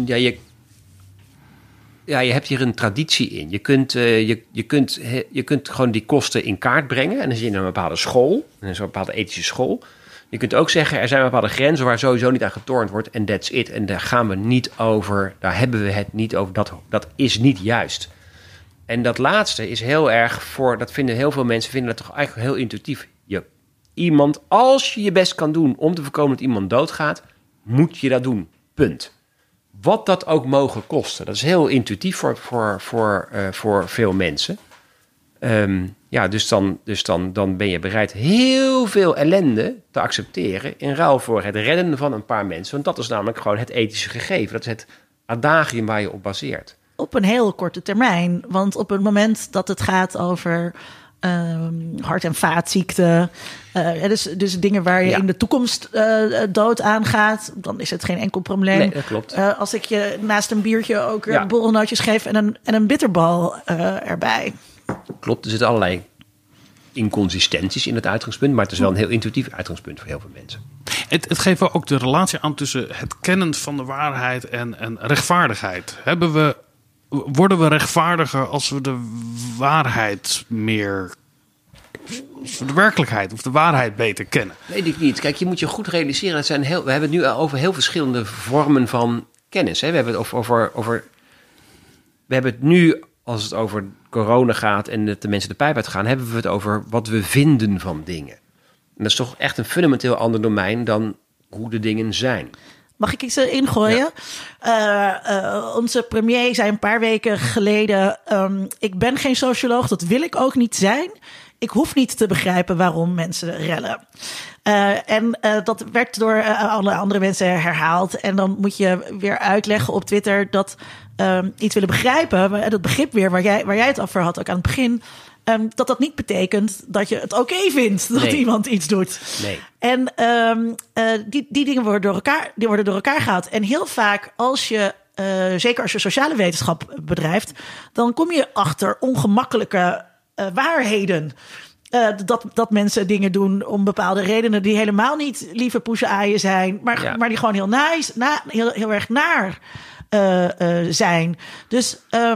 je hebt hier een traditie in. Je kunt gewoon die kosten in kaart brengen. En dan zie je een bepaalde school. Een bepaalde ethische school... Je kunt ook zeggen, er zijn bepaalde grenzen waar sowieso niet aan getornd wordt. En that's it. En daar gaan we niet over. Daar hebben we het niet over. Dat is niet juist. En dat laatste is heel erg dat vinden heel veel mensen vinden dat toch eigenlijk heel intuïtief. Als je je best kan doen om te voorkomen dat iemand doodgaat, moet je dat doen. Punt. Wat dat ook mogen kosten. Dat is heel intuïtief voor veel mensen. Dus dan ben je bereid heel veel ellende te accepteren in ruil voor het redden van een paar mensen. Want dat is namelijk gewoon het ethische gegeven. Dat is het adagium waar je op baseert. Op een heel korte termijn. Want op het moment dat het gaat over hart- en vaatziekten. Dus dingen waar je in de toekomst dood aangaat, dan is het geen enkel probleem. Nee, dat klopt. Als ik je naast een biertje ook borrelnootjes geef en een bitterbal erbij. Klopt, er zitten allerlei inconsistenties in het uitgangspunt, maar het is wel een heel intuïtief uitgangspunt voor heel veel mensen. Het geeft ook de relatie aan tussen het kennen van de waarheid en rechtvaardigheid. Worden we rechtvaardiger als we de waarheid meer, als we de werkelijkheid of de waarheid beter kennen? Weet ik niet. Kijk, je moet je goed realiseren. We hebben het nu over heel verschillende vormen van kennis. Hè? We hebben het nu, als het over corona gaat en dat de mensen de pijp uitgaan, hebben we het over wat we vinden van dingen. En dat is toch echt een fundamenteel ander domein dan hoe de dingen zijn. Mag ik iets erin gooien? Ja. Onze premier zei een paar weken geleden, ik ben geen socioloog, dat wil ik ook niet zijn. Ik hoef niet te begrijpen waarom mensen rellen. Dat werd door alle andere mensen herhaald. En dan moet je weer uitleggen op Twitter dat iets willen begrijpen, dat begrip weer waar jij het over had, ook aan het begin, dat niet betekent dat je het oké vindt dat iemand iets doet. Nee. En die dingen worden door elkaar gehaald. En heel vaak als je, zeker als je sociale wetenschap bedrijft, dan kom je achter ongemakkelijke waarheden. Dat mensen dingen doen om bepaalde redenen die helemaal niet lieve poezenaaien zijn, maar die gewoon heel erg naar zijn. Dus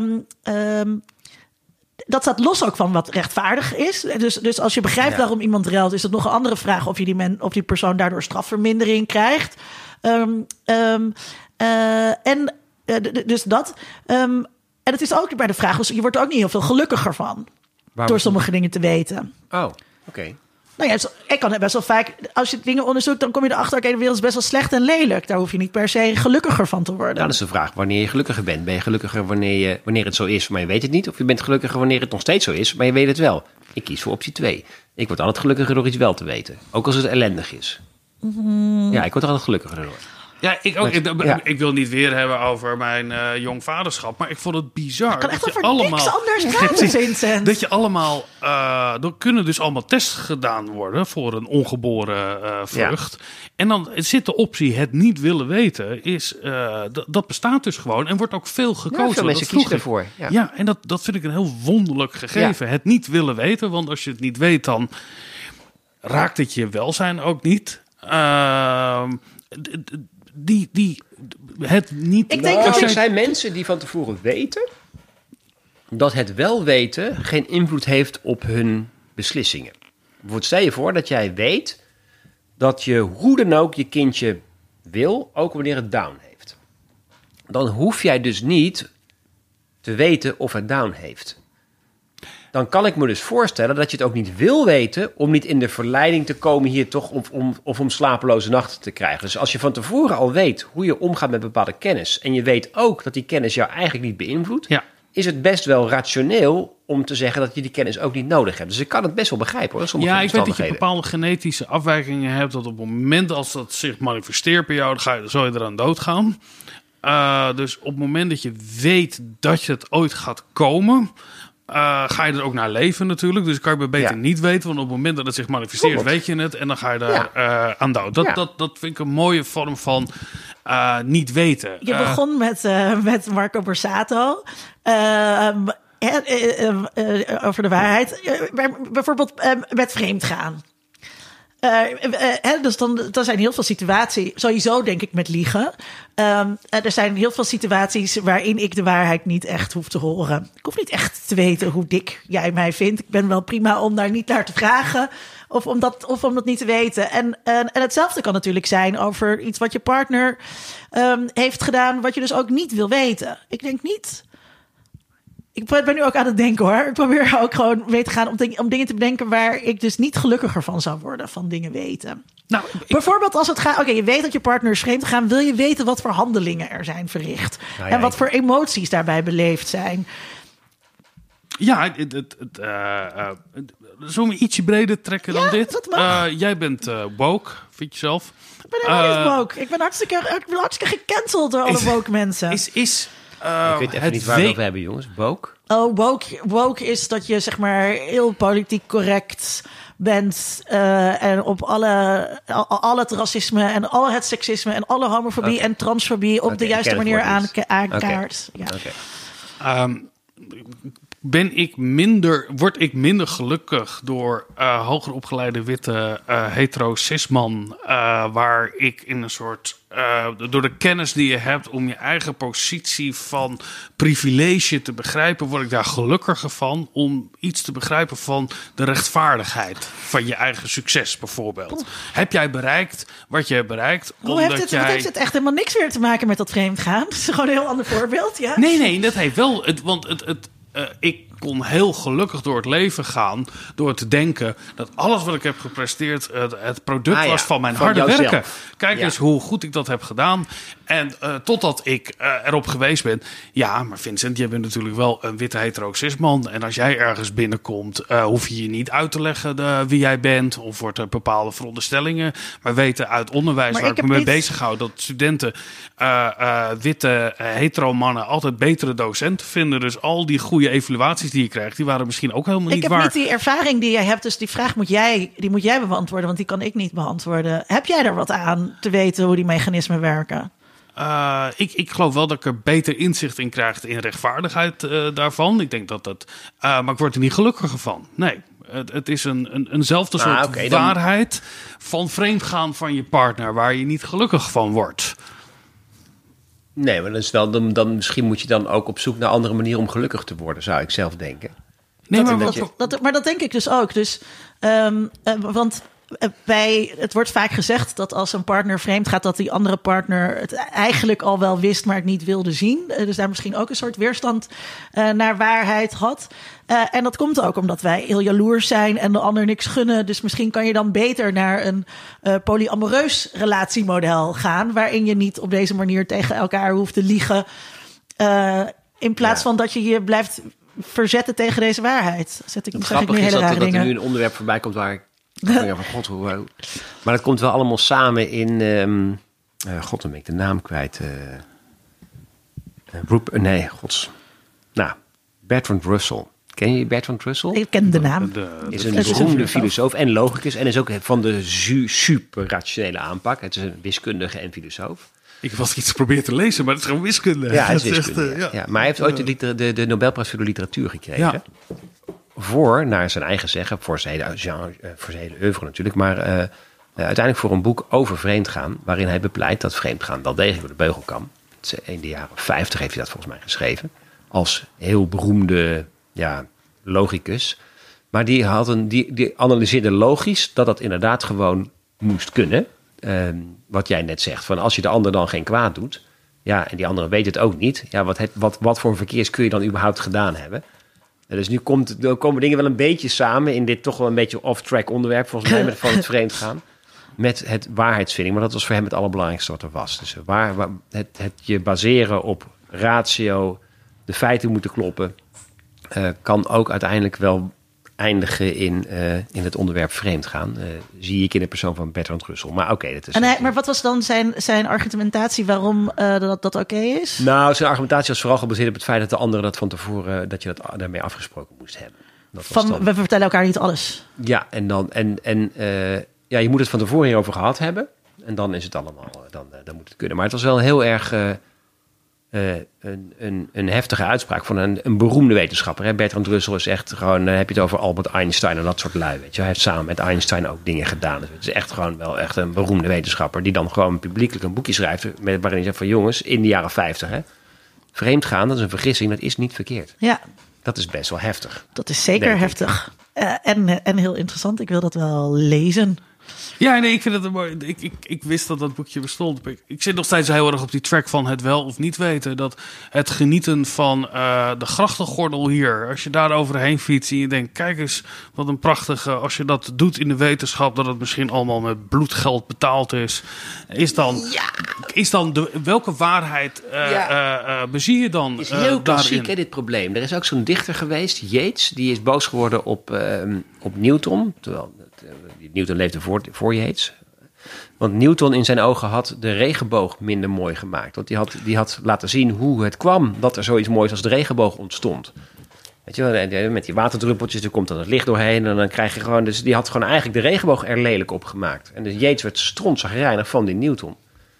dat staat los ook van wat rechtvaardig is. Dus als je begrijpt waarom iemand relt, is het nog een andere vraag of die persoon daardoor strafvermindering krijgt. Dus dat. En het is ook bij de vraag, dus je wordt er ook niet heel veel gelukkiger van. Door sommige dingen te weten. Oh, oké. Nou ja, ik kan het best wel vaak, als je dingen onderzoekt, dan kom je erachter, oké, de wereld is best wel slecht en lelijk. Daar hoef je niet per se gelukkiger van te worden. Nou, dat is de vraag. Wanneer je gelukkiger bent. Ben je gelukkiger wanneer het zo is, maar je weet het niet? Of je bent gelukkiger wanneer het nog steeds zo is, maar je weet het wel? Ik kies voor optie 2. Ik word altijd gelukkiger door iets wel te weten. Ook als het ellendig is. Ja, ik word er altijd gelukkiger door. Ja, ik wil niet weer hebben over mijn jong vaderschap, maar ik vond het bizar. Ik kan echt over niks anders praten, Vincent. Dat je allemaal, er kunnen dus allemaal tests gedaan worden voor een ongeboren vrucht. Ja. En dan zit de optie het niet willen weten, dat bestaat dus gewoon en wordt ook veel gekozen. Ja, veel mensen kiezen ervoor. Ja, en dat vind ik een heel wonderlijk gegeven. Ja. Het niet willen weten, want als je het niet weet, dan raakt het je welzijn ook niet. Het niet. Ik denk dat er zijn mensen die van tevoren weten dat het wel weten geen invloed heeft op hun beslissingen. Bijvoorbeeld, stel je voor dat jij weet dat je hoe dan ook je kindje wil, ook wanneer het down heeft. Dan hoef jij dus niet te weten of het down heeft. Dan kan ik me dus voorstellen dat je het ook niet wil weten om niet in de verleiding te komen hier toch om slapeloze nachten te krijgen. Dus als je van tevoren al weet hoe je omgaat met bepaalde kennis en je weet ook dat die kennis jou eigenlijk niet beïnvloedt, is het best wel rationeel om te zeggen dat je die kennis ook niet nodig hebt. Dus ik kan het best wel begrijpen hoor. Ja, ik weet dat je bepaalde genetische afwijkingen hebt, dat op het moment als dat zich manifesteert bij jou, dan zou je eraan doodgaan. Dus op het moment dat je weet dat je het ooit gaat komen, ga je er ook naar leven natuurlijk. Dus kan je het beter niet weten. Want op het moment dat het zich manifesteert, weet je het. En dan ga je daar aan dood. Dat vind ik een mooie vorm van niet weten. Je begon met Marco Borsato. Over de waarheid. Bijvoorbeeld met vreemdgaan. Dus dan zijn heel veel situaties, sowieso denk ik met liegen. Er zijn heel veel situaties waarin ik de waarheid niet echt hoef te horen. Ik hoef niet echt te weten hoe dik jij mij vindt. Ik ben wel prima om daar niet naar te vragen of om dat niet te weten. En hetzelfde kan natuurlijk zijn over iets wat je partner heeft gedaan, wat je dus ook niet wil weten. Ik denk niet. Ik ben nu ook aan het denken hoor. Ik probeer ook gewoon mee te gaan om dingen te bedenken waar ik dus niet gelukkiger van zou worden, van dingen weten. Nou, bijvoorbeeld als het gaat, oké, je weet dat je partner is vreemd gegaan, wil je weten wat voor handelingen er zijn verricht. Nou ja, en wat voor emoties daarbij beleefd zijn. Ja, zullen we ietsje breder trekken dan dit? Dat mag. Jij bent woke, vind je zelf? Ik ben helemaal niet woke. Ik ben hartstikke gecanceld door alle woke mensen. Ik weet even niet waar we het over hebben, jongens. Woke? Oh, woke is dat je zeg maar heel politiek correct bent en op al het racisme en al het seksisme en alle homofobie en transfobie op de juiste manier aankaart. Ja. Word ik minder gelukkig door hoger opgeleide witte hetero cisman, waar ik in een soort door de kennis die je hebt om je eigen positie van privilege te begrijpen, word ik daar gelukkiger van om iets te begrijpen van de rechtvaardigheid van je eigen succes bijvoorbeeld. Heb jij bereikt wat je hebt bereikt? Heeft het echt helemaal niks meer te maken met dat vreemdgaan? Dat is gewoon een heel ander voorbeeld. Ja? Nee, dat heeft wel. Ik kon heel gelukkig door het leven gaan door te denken dat alles wat ik heb gepresteerd het product was van mijn harde werken. Kijk eens hoe goed ik dat heb gedaan. En totdat ik erop geweest ben. Ja, maar Vincent, jij bent natuurlijk wel een witte hetero cisman. En als jij ergens binnenkomt, hoef je je niet uit te leggen wie jij bent. Of wordt er bepaalde veronderstellingen. Maar weten uit onderwijs waar ik me mee bezighoud dat studenten witte hetero mannen altijd betere docenten vinden. Dus al die goede evaluaties die je krijgt, die waren misschien ook helemaal niet waar. Ik heb niet die ervaring die jij hebt, dus die vraag moet jij beantwoorden, want die kan ik niet beantwoorden. Heb jij er wat aan te weten hoe die mechanismen werken? Ik geloof wel dat ik er beter inzicht in krijg in rechtvaardigheid daarvan. Ik denk dat maar ik word er niet gelukkiger van. Nee, het is eenzelfde soort waarheid van vreemdgaan van je partner, waar je niet gelukkig van wordt. Nee, maar dat is wel, dan misschien moet je dan ook op zoek naar andere manieren om gelukkig te worden, zou ik zelf denken. Nee, maar dat denk ik dus ook. Dus, want het wordt vaak gezegd dat als een partner vreemd gaat, dat die andere partner het eigenlijk al wel wist, maar het niet wilde zien. Dus daar misschien ook een soort weerstand naar waarheid had. En dat komt ook omdat wij heel jaloers zijn en de ander niks gunnen. Dus misschien kan je dan beter naar een polyamoreus relatiemodel gaan, waarin je niet op deze manier tegen elkaar hoeft te liegen. In plaats van dat je je blijft verzetten tegen deze waarheid. Het grappige is dat er nu een onderwerp voorbij komt waar ik van God, maar dat komt wel allemaal samen in God, dan ben ik de naam kwijt. Bertrand Russell. Ken je Bertrand Russell? Ik ken de naam. Is een beroemde filosoof en logicus en is ook van de super rationele aanpak. Het is een wiskundige en filosoof. Ik was iets geprobeerd te lezen, maar het is gewoon wiskunde. Ja, het is wiskunde. Ja. Maar hij heeft ooit de Nobelprijs voor de literatuur gekregen. Ja. Voor, naar zijn eigen zeggen, voor zijn hele oeuvre natuurlijk, maar uiteindelijk voor een boek over vreemdgaan, waarin hij bepleit dat vreemdgaan wel degelijk door de beugel kan. In de jaren 50 heeft hij dat volgens mij geschreven, als heel beroemde logicus. Maar die analyseerde logisch dat inderdaad gewoon moest kunnen. Wat jij net zegt, van als je de ander dan geen kwaad doet, en die andere weet het ook niet, wat voor verkeers kun je dan überhaupt gedaan hebben? Dus nu komen dingen wel een beetje samen in dit toch wel een beetje off-track onderwerp, volgens mij, van het vreemdgaan. Met het waarheidsvinding. Maar dat was voor hem het allerbelangrijkste wat er was. Dus het je baseren op ratio, de feiten moeten kloppen, kan ook uiteindelijk wel eindigen in het onderwerp vreemdgaan. Zie ik in de persoon van Bertrand Russell. Maar oké, dat is. Maar wat was dan zijn argumentatie waarom dat oké is? Nou, zijn argumentatie was vooral gebaseerd op het feit dat de andere dat van tevoren, dat je dat daarmee afgesproken moest hebben. We vertellen elkaar niet alles. Ja, je moet het van tevoren hierover gehad hebben. En dan is het allemaal, dan moet het kunnen. Maar het was wel heel erg een heftige uitspraak van een beroemde wetenschapper. Hè? Bertrand Russell is echt gewoon, dan heb je het over Albert Einstein en dat soort lui. Weet je? Hij heeft samen met Einstein ook dingen gedaan. Dus het is echt gewoon wel echt een beroemde wetenschapper die dan gewoon publiekelijk een boekje schrijft waarin hij zegt van jongens, in de jaren 50, vreemdgaan, dat is een vergissing, dat is niet verkeerd. Ja. Dat is best wel heftig. Dat is zeker heftig. En heel interessant. Ik wil dat wel lezen. Ja, nee, ik vind het mooi. Ik wist dat boekje bestond. Ik zit nog steeds heel erg op die track van het wel of niet weten. Dat het genieten van de grachtengordel hier. Als je daar overheen fietst en je denkt, kijk eens wat een prachtige. Als je dat doet in de wetenschap, dat het misschien allemaal met bloedgeld betaald is. Is dan welke waarheid bezie je dan? Het is heel klassiek, dit probleem. Er is ook zo'n dichter geweest, Yeats, die is boos geworden op Newton. Terwijl Newton leefde voor Yeats. Want Newton in zijn ogen had de regenboog minder mooi gemaakt. Want die had laten zien hoe het kwam dat er zoiets moois als de regenboog ontstond. Weet je wel, met die waterdruppeltjes, er komt dan het licht doorheen en dan krijg je gewoon... Dus die had gewoon eigenlijk de regenboog er lelijk op gemaakt. En dus Yates werd strontzagrijnig van die Newton.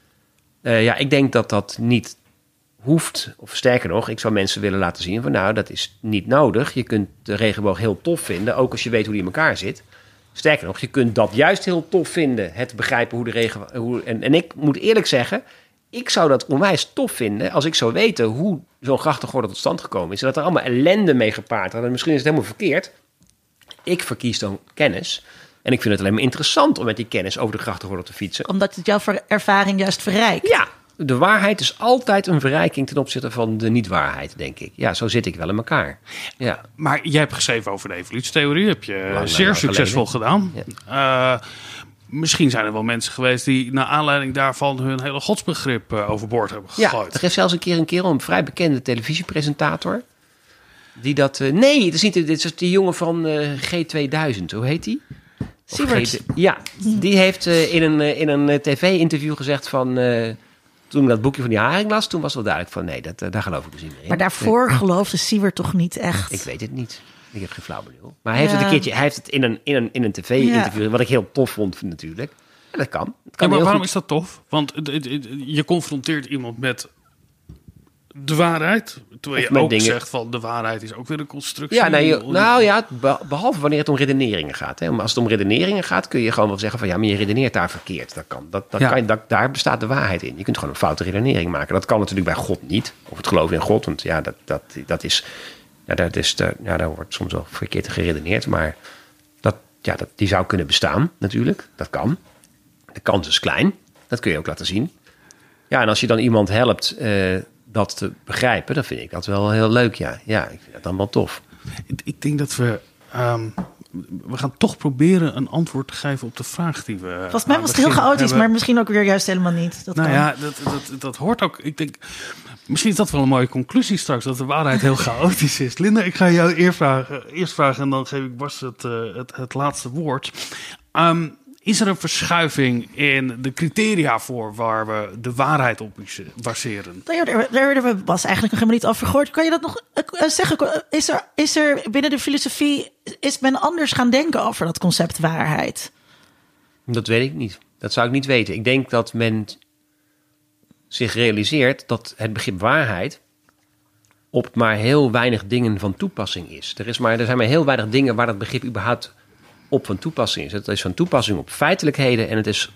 Ik denk dat dat niet hoeft. Of sterker nog, ik zou mensen willen laten zien van dat is niet nodig. Je kunt de regenboog heel tof vinden, ook als je weet hoe die in elkaar zit. Sterker nog, je kunt dat juist heel tof vinden. Het begrijpen hoe de regenboog... En ik moet eerlijk zeggen, ik zou dat onwijs tof vinden als ik zou weten hoe zo'n grachtengordel tot stand gekomen is. En dat er allemaal ellende mee gepaard had. En misschien is het helemaal verkeerd. Ik verkies dan kennis. En ik vind het alleen maar interessant om met die kennis over de grachtengordel te fietsen. Omdat het jouw ervaring juist verrijkt. Ja, de waarheid is altijd een verrijking ten opzichte van de niet-waarheid, denk ik. Ja, zo zit ik wel in elkaar. Ja. Maar jij hebt geschreven over de evolutietheorie. Heb je zeer succesvol gedaan. Ja. Misschien zijn er wel mensen geweest die naar aanleiding daarvan hun hele godsbegrip overboord hebben gegooid. Ja, er is zelfs een kerel, een vrij bekende televisiepresentator, die dat... nee, het is niet, dit is die jongen van G2000. Hoe heet die? Siewert. Ja, die heeft in een tv-interview gezegd van... toen ik dat boekje van die Haring las, toen was wel duidelijk van... nee, daar geloof ik dus niet meer in. Maar daarvoor geloofde Siewert toch niet echt? Ik weet het niet. Ik heb geen flauw benul. Maar hij heeft het een keertje... Hij heeft het in een tv-interview... wat ik heel tof vond natuurlijk. En dat kan. Maar waarom is dat tof? Want je confronteert iemand met de waarheid. Terwijl je ook zegt van de waarheid is ook weer een constructie. Ja, behalve wanneer het om redeneringen gaat. Hè. Als het om redeneringen gaat, kun je gewoon wel zeggen van... ja, maar je redeneert daar verkeerd. Daar bestaat de waarheid in. Je kunt gewoon een foute redenering maken. Dat kan natuurlijk bij God niet. Of het geloven in God. Want ja, dat is... Ja, daar wordt soms wel verkeerd geredeneerd. Maar die zou kunnen bestaan natuurlijk. Dat kan. De kans is klein. Dat kun je ook laten zien. Ja, en als je dan iemand helpt dat te begrijpen... dan vind ik dat wel heel leuk, ja. Ja, ik vind dat dan wel tof. Ik denk dat we gaan toch proberen een antwoord te geven op de vraag die we... Volgens mij was het heel chaotisch, maar misschien ook weer juist helemaal niet. Dat hoort ook... Ik denk, misschien is dat wel een mooie conclusie straks, dat de waarheid heel chaotisch is. Linda, ik ga jou eerst vragen en dan geef ik Bas het laatste woord. Is er een verschuiving in de criteria voor waar we de waarheid op baseren? Daar hebben we Bas eigenlijk nog helemaal niet over gehoord. Kan je dat nog zeggen? Is er binnen de filosofie, is men anders gaan denken over dat concept waarheid? Dat weet ik niet. Dat zou ik niet weten. Ik denk dat men zich realiseert dat het begrip waarheid op maar heel weinig dingen van toepassing is. Er zijn maar heel weinig dingen waar dat begrip überhaupt op van toepassing is. Het is van toepassing op feitelijkheden en het is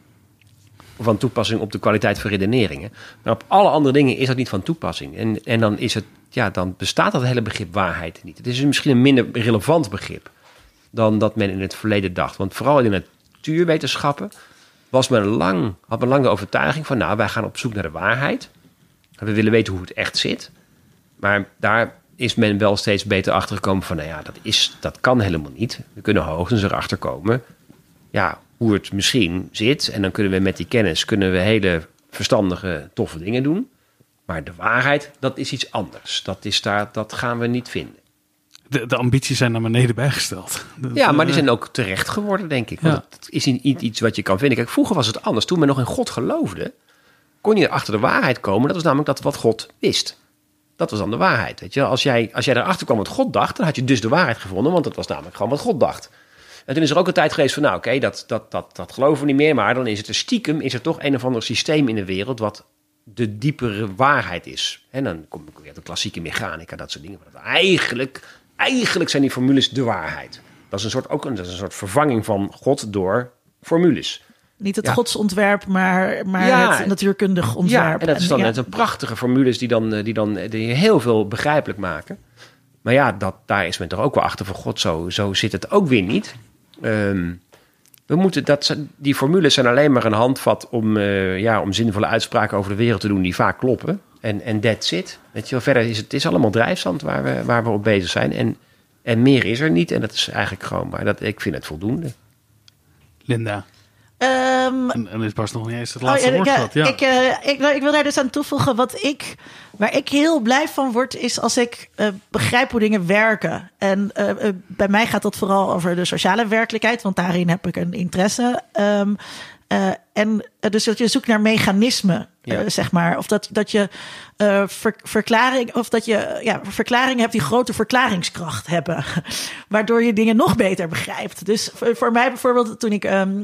van toepassing op de kwaliteit van redeneringen. Maar op alle andere dingen is dat niet van toepassing. En dan is het, dan bestaat dat hele begrip waarheid niet. Het is misschien een minder relevant begrip dan dat men in het verleden dacht. Want vooral in de natuurwetenschappen had men lang de overtuiging van, wij gaan op zoek naar de waarheid. We willen weten hoe het echt zit. Maar daar is men wel steeds beter achtergekomen van, dat kan helemaal niet. We kunnen hoogstens erachter komen, hoe het misschien zit. En dan kunnen we met die kennis hele verstandige, toffe dingen doen. Maar de waarheid, dat is iets anders. Dat gaan we niet vinden. De ambities zijn naar beneden bijgesteld. Maar die zijn ook terecht geworden, denk ik. Want het is niet iets wat je kan vinden. Kijk, vroeger was het anders. Toen men nog in God geloofde, kon je achter de waarheid komen. Dat was namelijk dat wat God wist. Dat was dan de waarheid. Weet je? Als jij erachter kwam wat God dacht, dan had je dus de waarheid gevonden. Want dat was namelijk gewoon wat God dacht. En toen is er ook een tijd geweest van, dat geloven we niet meer. Maar dan is het stiekem toch een of ander systeem in de wereld wat de diepere waarheid is. En dan kom ik weer de klassieke mechanica, dat soort dingen. Maar eigenlijk zijn die formules de waarheid. Dat is een soort vervanging van God door formules. Niet het godsontwerp, maar het natuurkundig ontwerp. Ja, en dat is dan net een prachtige formules die heel veel begrijpelijk maken. Maar daar is men toch ook wel achter van God, zo zit het ook weer niet. Die formules zijn alleen maar een handvat om zinvolle uitspraken over de wereld te doen die vaak kloppen. En that's it. Weet je wel, verder is allemaal drijfzand waar we op bezig zijn. En meer is er niet. En dat is eigenlijk gewoon, maar ik vind het voldoende. Linda. En is pas nog niet eens het laatste woord gehad. Ja. Ik wil daar dus aan toevoegen. Waar ik heel blij van word, is als ik begrijp hoe dingen werken. En bij mij gaat dat vooral over de sociale werkelijkheid, want daarin heb ik een interesse. Dus dat je zoekt naar mechanismen, zeg maar. Of dat je verklaringen hebt die grote verklaringskracht hebben. Waardoor je dingen nog beter begrijpt. Dus voor mij bijvoorbeeld, toen ik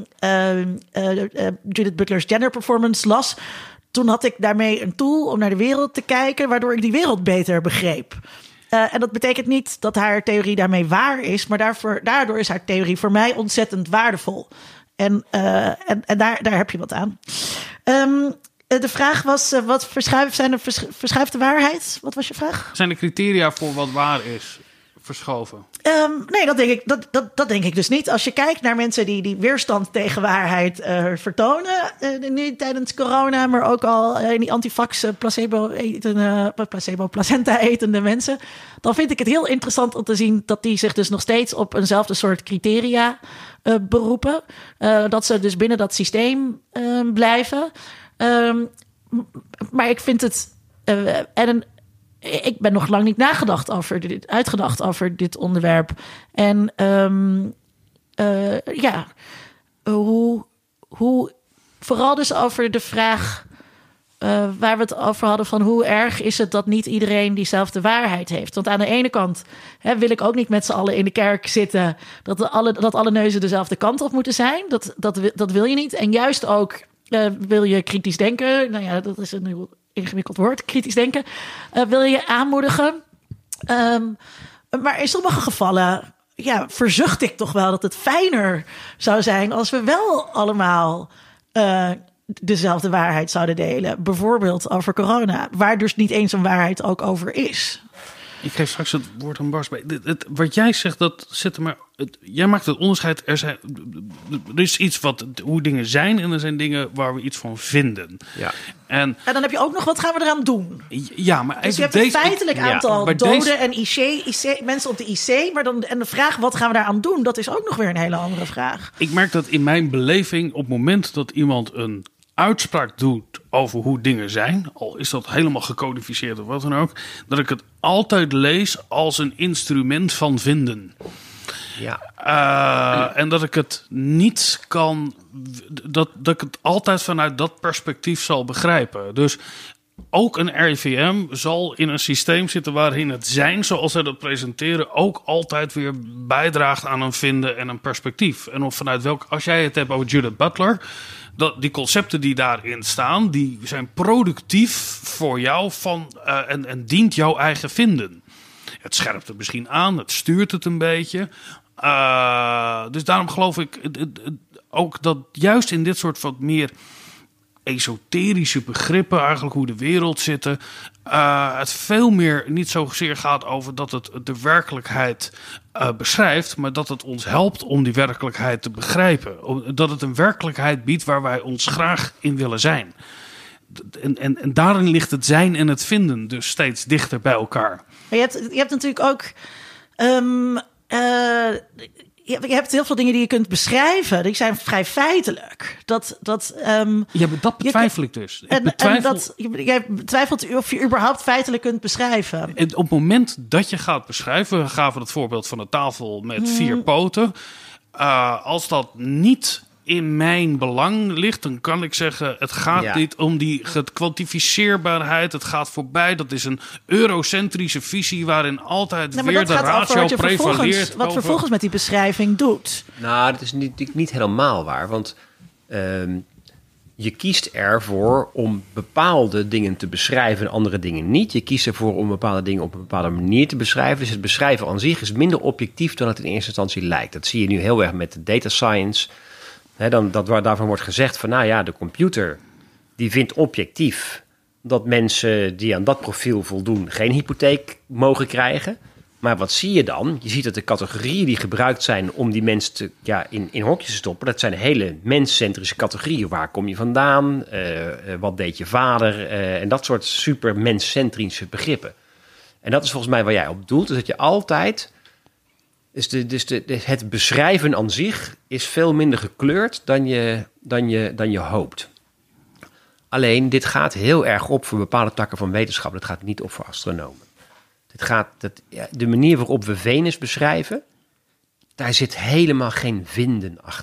Judith Butler's Gender Performance las, toen had ik daarmee een tool om naar de wereld te kijken, waardoor ik die wereld beter begreep. En dat betekent niet dat haar theorie daarmee waar is, maar daardoor is haar theorie voor mij ontzettend waardevol. En daar heb je wat aan. De vraag was, wat verschuift de waarheid? Wat was je vraag? Zijn de criteria voor wat waar is verschoven? Nee, dat denk ik dus niet. Als je kijkt naar mensen die weerstand tegen waarheid vertonen, nu tijdens corona, maar ook al in die antivax placenta etende mensen, dan vind ik het heel interessant om te zien dat die zich dus nog steeds op eenzelfde soort criteria beroepen. Dat ze dus binnen dat systeem blijven. Maar ik vind het ik ben nog lang niet uitgedacht over dit onderwerp. En hoe vooral dus over de vraag waar we het over hadden van hoe erg is het dat niet iedereen diezelfde waarheid heeft. Want aan de ene kant wil ik ook niet met z'n allen in de kerk zitten dat alle neuzen dezelfde kant op moeten zijn. Dat wil je niet. En juist ook wil je kritisch denken. Nou ja, dat is een heel ingewikkeld woord, kritisch denken, wil je aanmoedigen. Maar in sommige gevallen verzucht ik toch wel dat het fijner zou zijn als we wel allemaal dezelfde waarheid zouden delen. Bijvoorbeeld over corona, waar dus niet eens een waarheid ook over is. Ik geef straks het woord aan Bas bij. Wat jij zegt, dat zit er maar. Jij maakt het onderscheid. Er is iets hoe dingen zijn en er zijn dingen waar we iets van vinden. Ja. En dan heb je ook nog, wat gaan we eraan doen? Ja, maar dus je hebt een feitelijk aantal doden en mensen op de IC. Maar en de vraag, wat gaan we daaraan doen? Dat is ook nog weer een hele andere vraag. Ik merk dat in mijn beleving, op het moment dat iemand een uitspraak doet over hoe dingen zijn, al is dat helemaal gecodificeerd of wat dan ook, dat ik het altijd lees als een instrument van vinden. Ja. En dat ik het niet kan, dat ik het altijd vanuit dat perspectief zal begrijpen. Dus ook een RIVM zal in een systeem zitten waarin het zijn, zoals zij dat presenteren, ook altijd weer bijdraagt aan een vinden en een perspectief. En als jij het hebt over Judith Butler, die concepten die daarin staan, die zijn productief voor jou en dient jouw eigen vinden. Het scherpt het misschien aan, het stuurt het een beetje. Dus daarom geloof ik ook dat juist in dit soort wat meer esoterische begrippen, eigenlijk hoe de wereld zitten, het veel meer niet zozeer gaat over dat het de werkelijkheid beschrijft, maar dat het ons helpt om die werkelijkheid te begrijpen. Dat het een werkelijkheid biedt waar wij ons graag in willen zijn. En daarin ligt het zijn en het vinden dus steeds dichter bij elkaar. Maar je hebt natuurlijk ook je hebt heel veel dingen die je kunt beschrijven. Die zijn vrij feitelijk. Ja, maar dat betwijfel ik dus. Jij betwijfelt of je überhaupt feitelijk kunt beschrijven. En op het moment dat je gaat beschrijven, we gaven het voorbeeld van een tafel met 4 poten. Als dat niet in mijn belang ligt, dan kan ik zeggen, het gaat niet om die gekwantificeerbaarheid. Het gaat voorbij. Dat is een eurocentrische visie waarin altijd weer de ratio prevaleert. Wat vervolgens met die beschrijving doet. Nou, dat is niet helemaal waar. Want je kiest ervoor om bepaalde dingen te beschrijven en andere dingen niet. Je kiest ervoor om bepaalde dingen op een bepaalde manier te beschrijven. Dus het beschrijven aan zich is minder objectief dan het in eerste instantie lijkt. Dat zie je nu heel erg met de data science. Daarvan wordt gezegd van, de computer die vindt objectief dat mensen die aan dat profiel voldoen geen hypotheek mogen krijgen. Maar wat zie je dan? Je ziet dat de categorieën die gebruikt zijn om die mensen in hokjes te stoppen, dat zijn hele menscentrische categorieën. Waar kom je vandaan? Wat deed je vader? En dat soort super menscentrische begrippen. En dat is volgens mij waar jij op doelt. Dus dat je altijd het beschrijven aan zich is veel minder gekleurd dan je hoopt. Alleen, dit gaat heel erg op voor bepaalde takken van wetenschap. Dat gaat niet op voor astronomen. De manier waarop we Venus beschrijven, daar zit helemaal geen vinden achter.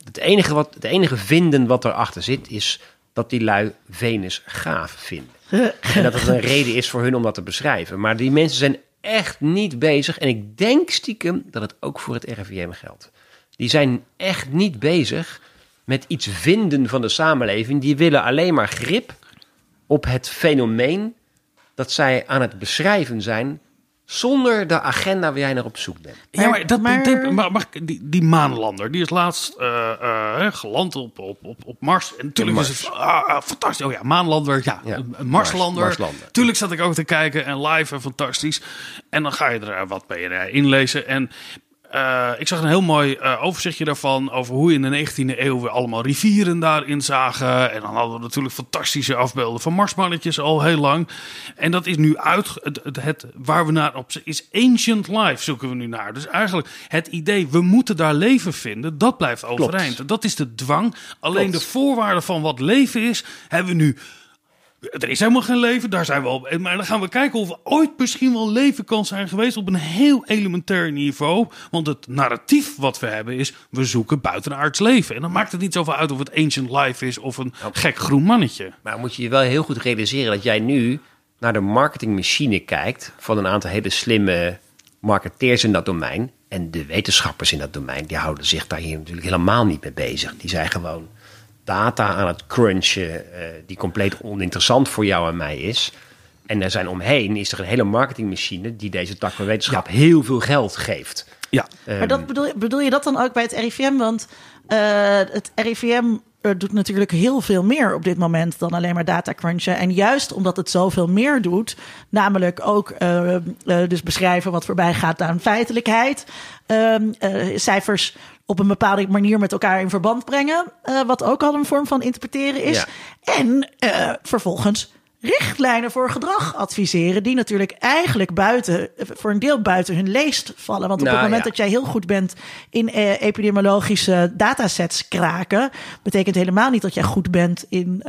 het enige vinden wat erachter zit, is dat die lui Venus gaaf vinden. En dat het een reden is voor hun om dat te beschrijven. Maar die mensen zijn echt niet bezig. En ik denk stiekem dat het ook voor het RIVM geldt. Die zijn echt niet bezig met iets vinden van de samenleving. Die willen alleen maar grip op het fenomeen dat zij aan het beschrijven zijn, zonder de agenda waar jij naar op zoek bent. Maar die maanlander, die is laatst geland op Mars. En natuurlijk is het fantastisch. Oh ja, maanlander, een Marslander. Tuurlijk zat ik ook te kijken en live en fantastisch. En dan ga je er wat bij inlezen. En ik zag een heel mooi overzichtje daarvan over hoe in de 19e eeuw we allemaal rivieren daarin zagen. En dan hadden we natuurlijk fantastische afbeelden van marsmannetjes al heel lang. En dat is nu het waar we naar op is ancient life zoeken we nu naar. Dus eigenlijk het idee, we moeten daar leven vinden, dat blijft overeind. Klopt. Dat is de dwang. Alleen de voorwaarden van wat leven is, hebben we nu. Er is helemaal geen leven, daar zijn we op. Maar dan gaan we kijken of er ooit misschien wel leven kan zijn geweest op een heel elementair niveau. Want het narratief wat we hebben is, we zoeken buitenaards leven. En dan maakt het niet zoveel uit of het ancient life is of een gek groen mannetje. Maar moet je je wel heel goed realiseren dat jij nu naar de marketingmachine kijkt van een aantal hele slimme marketeers in dat domein. En de wetenschappers in dat domein, die houden zich daar hier natuurlijk helemaal niet mee bezig. Die zijn gewoon data aan het crunchen die compleet oninteressant voor jou en mij is. En er zijn omheen is er een hele marketingmachine die deze tak van wetenschap heel veel geld geeft. Ja. Maar dat bedoel je dat dan ook bij het RIVM? Want het RIVM doet natuurlijk heel veel meer op dit moment dan alleen maar data crunchen. En juist omdat het zoveel meer doet, namelijk ook dus beschrijven wat voorbij gaat aan feitelijkheid, cijfers op een bepaalde manier met elkaar in verband brengen, wat ook al een vorm van interpreteren is. Ja. En vervolgens richtlijnen voor gedrag adviseren, die natuurlijk eigenlijk voor een deel buiten hun leest vallen. Want op het moment dat jij heel goed bent in epidemiologische datasets kraken, betekent helemaal niet dat jij goed bent in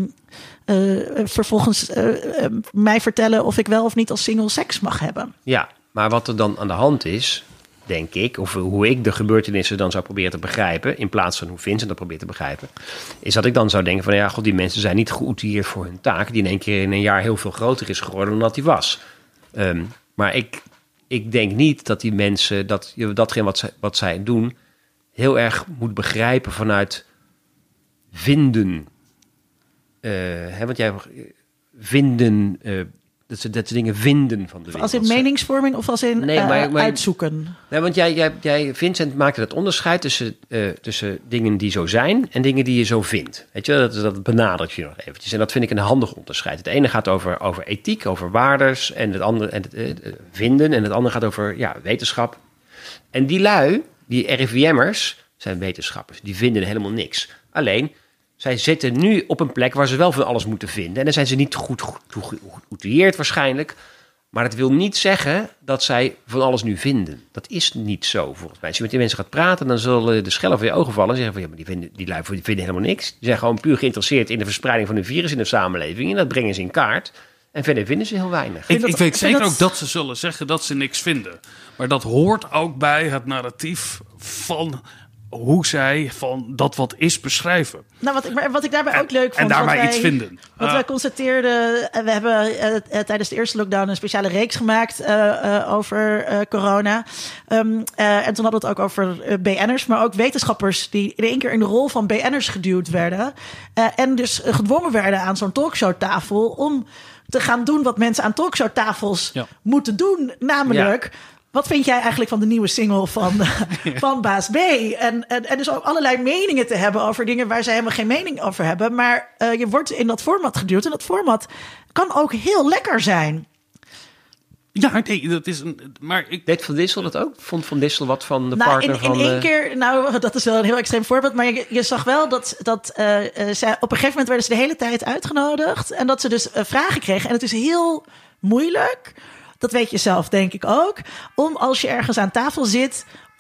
vervolgens mij vertellen of ik wel of niet als single seks mag hebben. Ja, maar wat er dan aan de hand is, denk ik, of hoe ik de gebeurtenissen dan zou proberen te begrijpen, in plaats van hoe Vincent dat probeert te begrijpen, is dat ik dan zou denken van, god, die mensen zijn niet geoutilleerd voor hun taak, die in één keer in een jaar heel veel groter is geworden dan dat die was. Maar ik denk niet dat die mensen, datgene wat zij doen, heel erg moet begrijpen vanuit vinden. Want jij vinden, dat ze dingen vinden van de wereld. Als in meningsvorming of als in uitzoeken? Nee, want jij, Vincent, maakte dat onderscheid tussen dingen die zo zijn en dingen die je zo vindt. Weet je, dat benadert je nog eventjes. En dat vind ik een handig onderscheid. Het ene gaat over ethiek, over waardes en het andere vinden. En het andere gaat over wetenschap. En die lui, die RIVM'ers, zijn wetenschappers. Die vinden helemaal niks. Alleen, zij zitten nu op een plek waar ze wel van alles moeten vinden. En dan zijn ze niet goed geoutilleerd waarschijnlijk. Maar dat wil niet zeggen dat zij van alles nu vinden. Dat is niet zo volgens mij. Als je met die mensen gaat praten, dan zullen de schellen van je ogen vallen. En zeggen van, maar die lui vinden helemaal niks. Die zijn gewoon puur geïnteresseerd in de verspreiding van een virus in de samenleving. En dat brengen ze in kaart. En verder vinden ze heel weinig. Ik weet zeker ook dat ze zullen zeggen dat ze niks vinden. Maar dat hoort ook bij het narratief van hoe zij van dat wat is beschrijven. Nou, wat ik daarbij ook leuk vond. En daarbij iets vinden. Wat wij constateerden, we hebben tijdens de eerste lockdown een speciale reeks gemaakt over corona. En toen hadden we het ook over BN'ers, maar ook wetenschappers die in één keer in de rol van BN'ers geduwd werden. En dus gedwongen werden aan zo'n talkshowtafel om te gaan doen wat mensen aan talkshowtafels moeten doen. Namelijk, wat vind jij eigenlijk van de nieuwe single van Baas B? En dus ook allerlei meningen te hebben over dingen waar zij helemaal geen mening over hebben. Maar je wordt in dat format geduwd. En dat format kan ook heel lekker zijn. Ja, nee, dat is maar deed Van Dissel dat ook? Vond Van Dissel wat van de partner van... In één keer, dat is wel een heel extreem voorbeeld. Maar je zag wel dat zij op een gegeven moment werden ze de hele tijd uitgenodigd. En dat ze dus vragen kregen. En het is heel moeilijk, dat weet je zelf denk ik ook, om als je ergens aan tafel zit,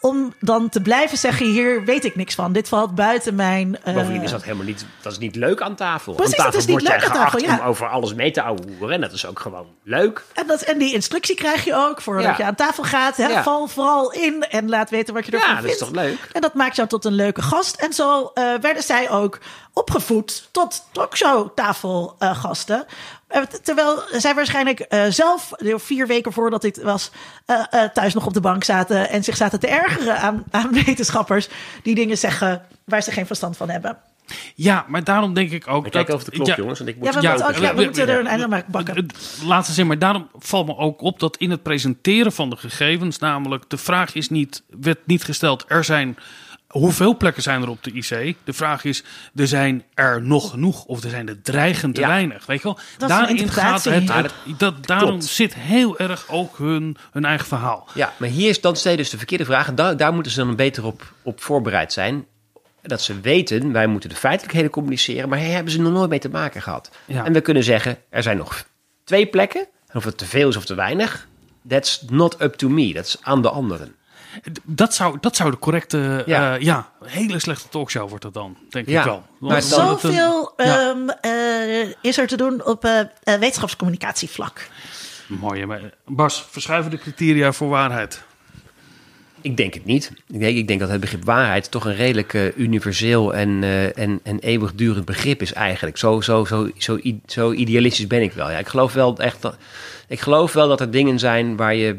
om dan te blijven zeggen, hier weet ik niks van. Dit valt buiten mijn... Bovendien is dat helemaal niet... Dat is niet leuk aan tafel. Precies, aan tafel het is niet word jij leuk aan geacht tafel, om over alles mee te ouwehoeren. En dat is ook gewoon leuk. En die instructie krijg je ook voordat je aan tafel gaat. Hè? Ja. Val vooral in en laat weten wat je ervan vindt. Ja, dat is toch leuk? En dat maakt jou tot een leuke gast. En zo werden zij ook opgevoed tot talkshowtafelgasten. Terwijl zij waarschijnlijk zelf 4 weken voordat dit was thuis nog op de bank zaten en zich zaten te ergeren aan wetenschappers die dingen zeggen waar ze geen verstand van hebben. Ja, maar daarom denk ik ook... Kijk over de klok, jongens. Want ik moet we moeten er een einde aan bakken. Laatste zin, maar daarom valt me ook op dat in het presenteren van de gegevens, namelijk de vraag werd niet gesteld, hoeveel plekken zijn er op de IC? De vraag is, er zijn er nog genoeg of er zijn er dreigend te weinig. Weet je wel? Daarin gaat daarom zit heel erg ook hun eigen verhaal. Ja, maar hier is dan steeds dus de verkeerde vraag. En daar moeten ze dan beter op voorbereid zijn. Dat ze weten, wij moeten de feitelijkheden communiceren, maar hier hebben ze nog nooit mee te maken gehad. Ja. En we kunnen zeggen, er zijn nog 2 plekken. En of het te veel is of te weinig, that's not up to me. Dat is aan de anderen. Dat zou de correcte, hele slechte talkshow wordt dat dan, denk ik wel. Maar zoveel is er te doen op wetenschapscommunicatievlak. Mooi, maar Bas, verschuiven de criteria voor waarheid? Ik denk het niet. Ik denk dat het begrip waarheid toch een redelijk universeel en eeuwigdurend begrip is eigenlijk. Zo idealistisch ben ik wel. Ja, ik geloof wel dat er dingen zijn waar je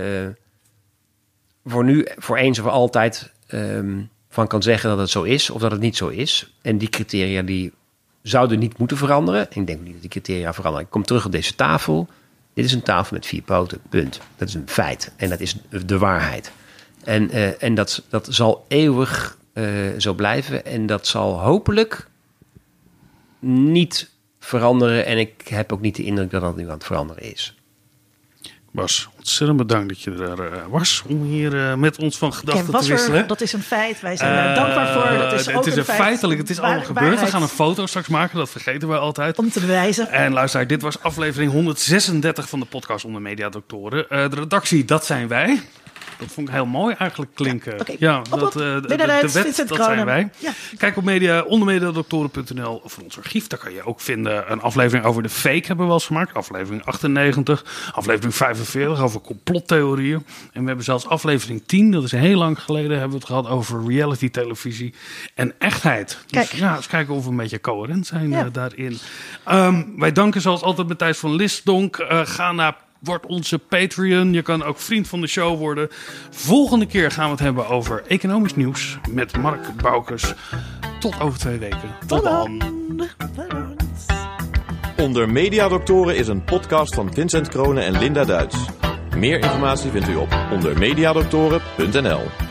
voor eens of voor altijd van kan zeggen dat het zo is of dat het niet zo is. En die criteria die zouden niet moeten veranderen. Ik denk niet dat die criteria veranderen. Ik kom terug op deze tafel. Dit is een tafel met 4 poten, punt. Dat is een feit en dat is de waarheid. En dat zal eeuwig zo blijven. En dat zal hopelijk niet veranderen. En ik heb ook niet de indruk dat dat nu aan het veranderen is. Bas, ontzettend bedankt dat je er was om hier met ons van gedachten te wisselen. Dat is een feit. Wij zijn daar dankbaar voor. Dat is ook een feit. Feitelijk, het is allemaal gebeurd. We gaan een foto straks maken, dat vergeten we altijd. Om te bewijzen. En luister, dit was aflevering 136 van de podcast Onder Media Doktoren. De redactie, dat zijn wij. Dat vond ik heel mooi eigenlijk klinken. Ja, okay. De wet, dat zijn wij. Ja. Kijk op ondermediadoktoren.nl voor ons archief. Daar kan je ook vinden een aflevering over de fake hebben we wel eens gemaakt. Aflevering 98, aflevering 45 over complottheorieën. En we hebben zelfs aflevering 10, dat is heel lang geleden, hebben we het gehad over reality televisie en echtheid. Dus eens kijken of we een beetje coherent zijn daarin. Wij danken zoals altijd Matthijs van Lisdonk. Ga naar Word onze Patreon. Je kan ook vriend van de show worden. Volgende keer gaan we het hebben over economisch nieuws met Mark Boukes. Tot over 2 weken. Tot dan. Onder Mediadoktoren is een podcast van Vincent Kroonen en Linda Duits. Meer informatie vindt u op ondermediadoktoren.nl.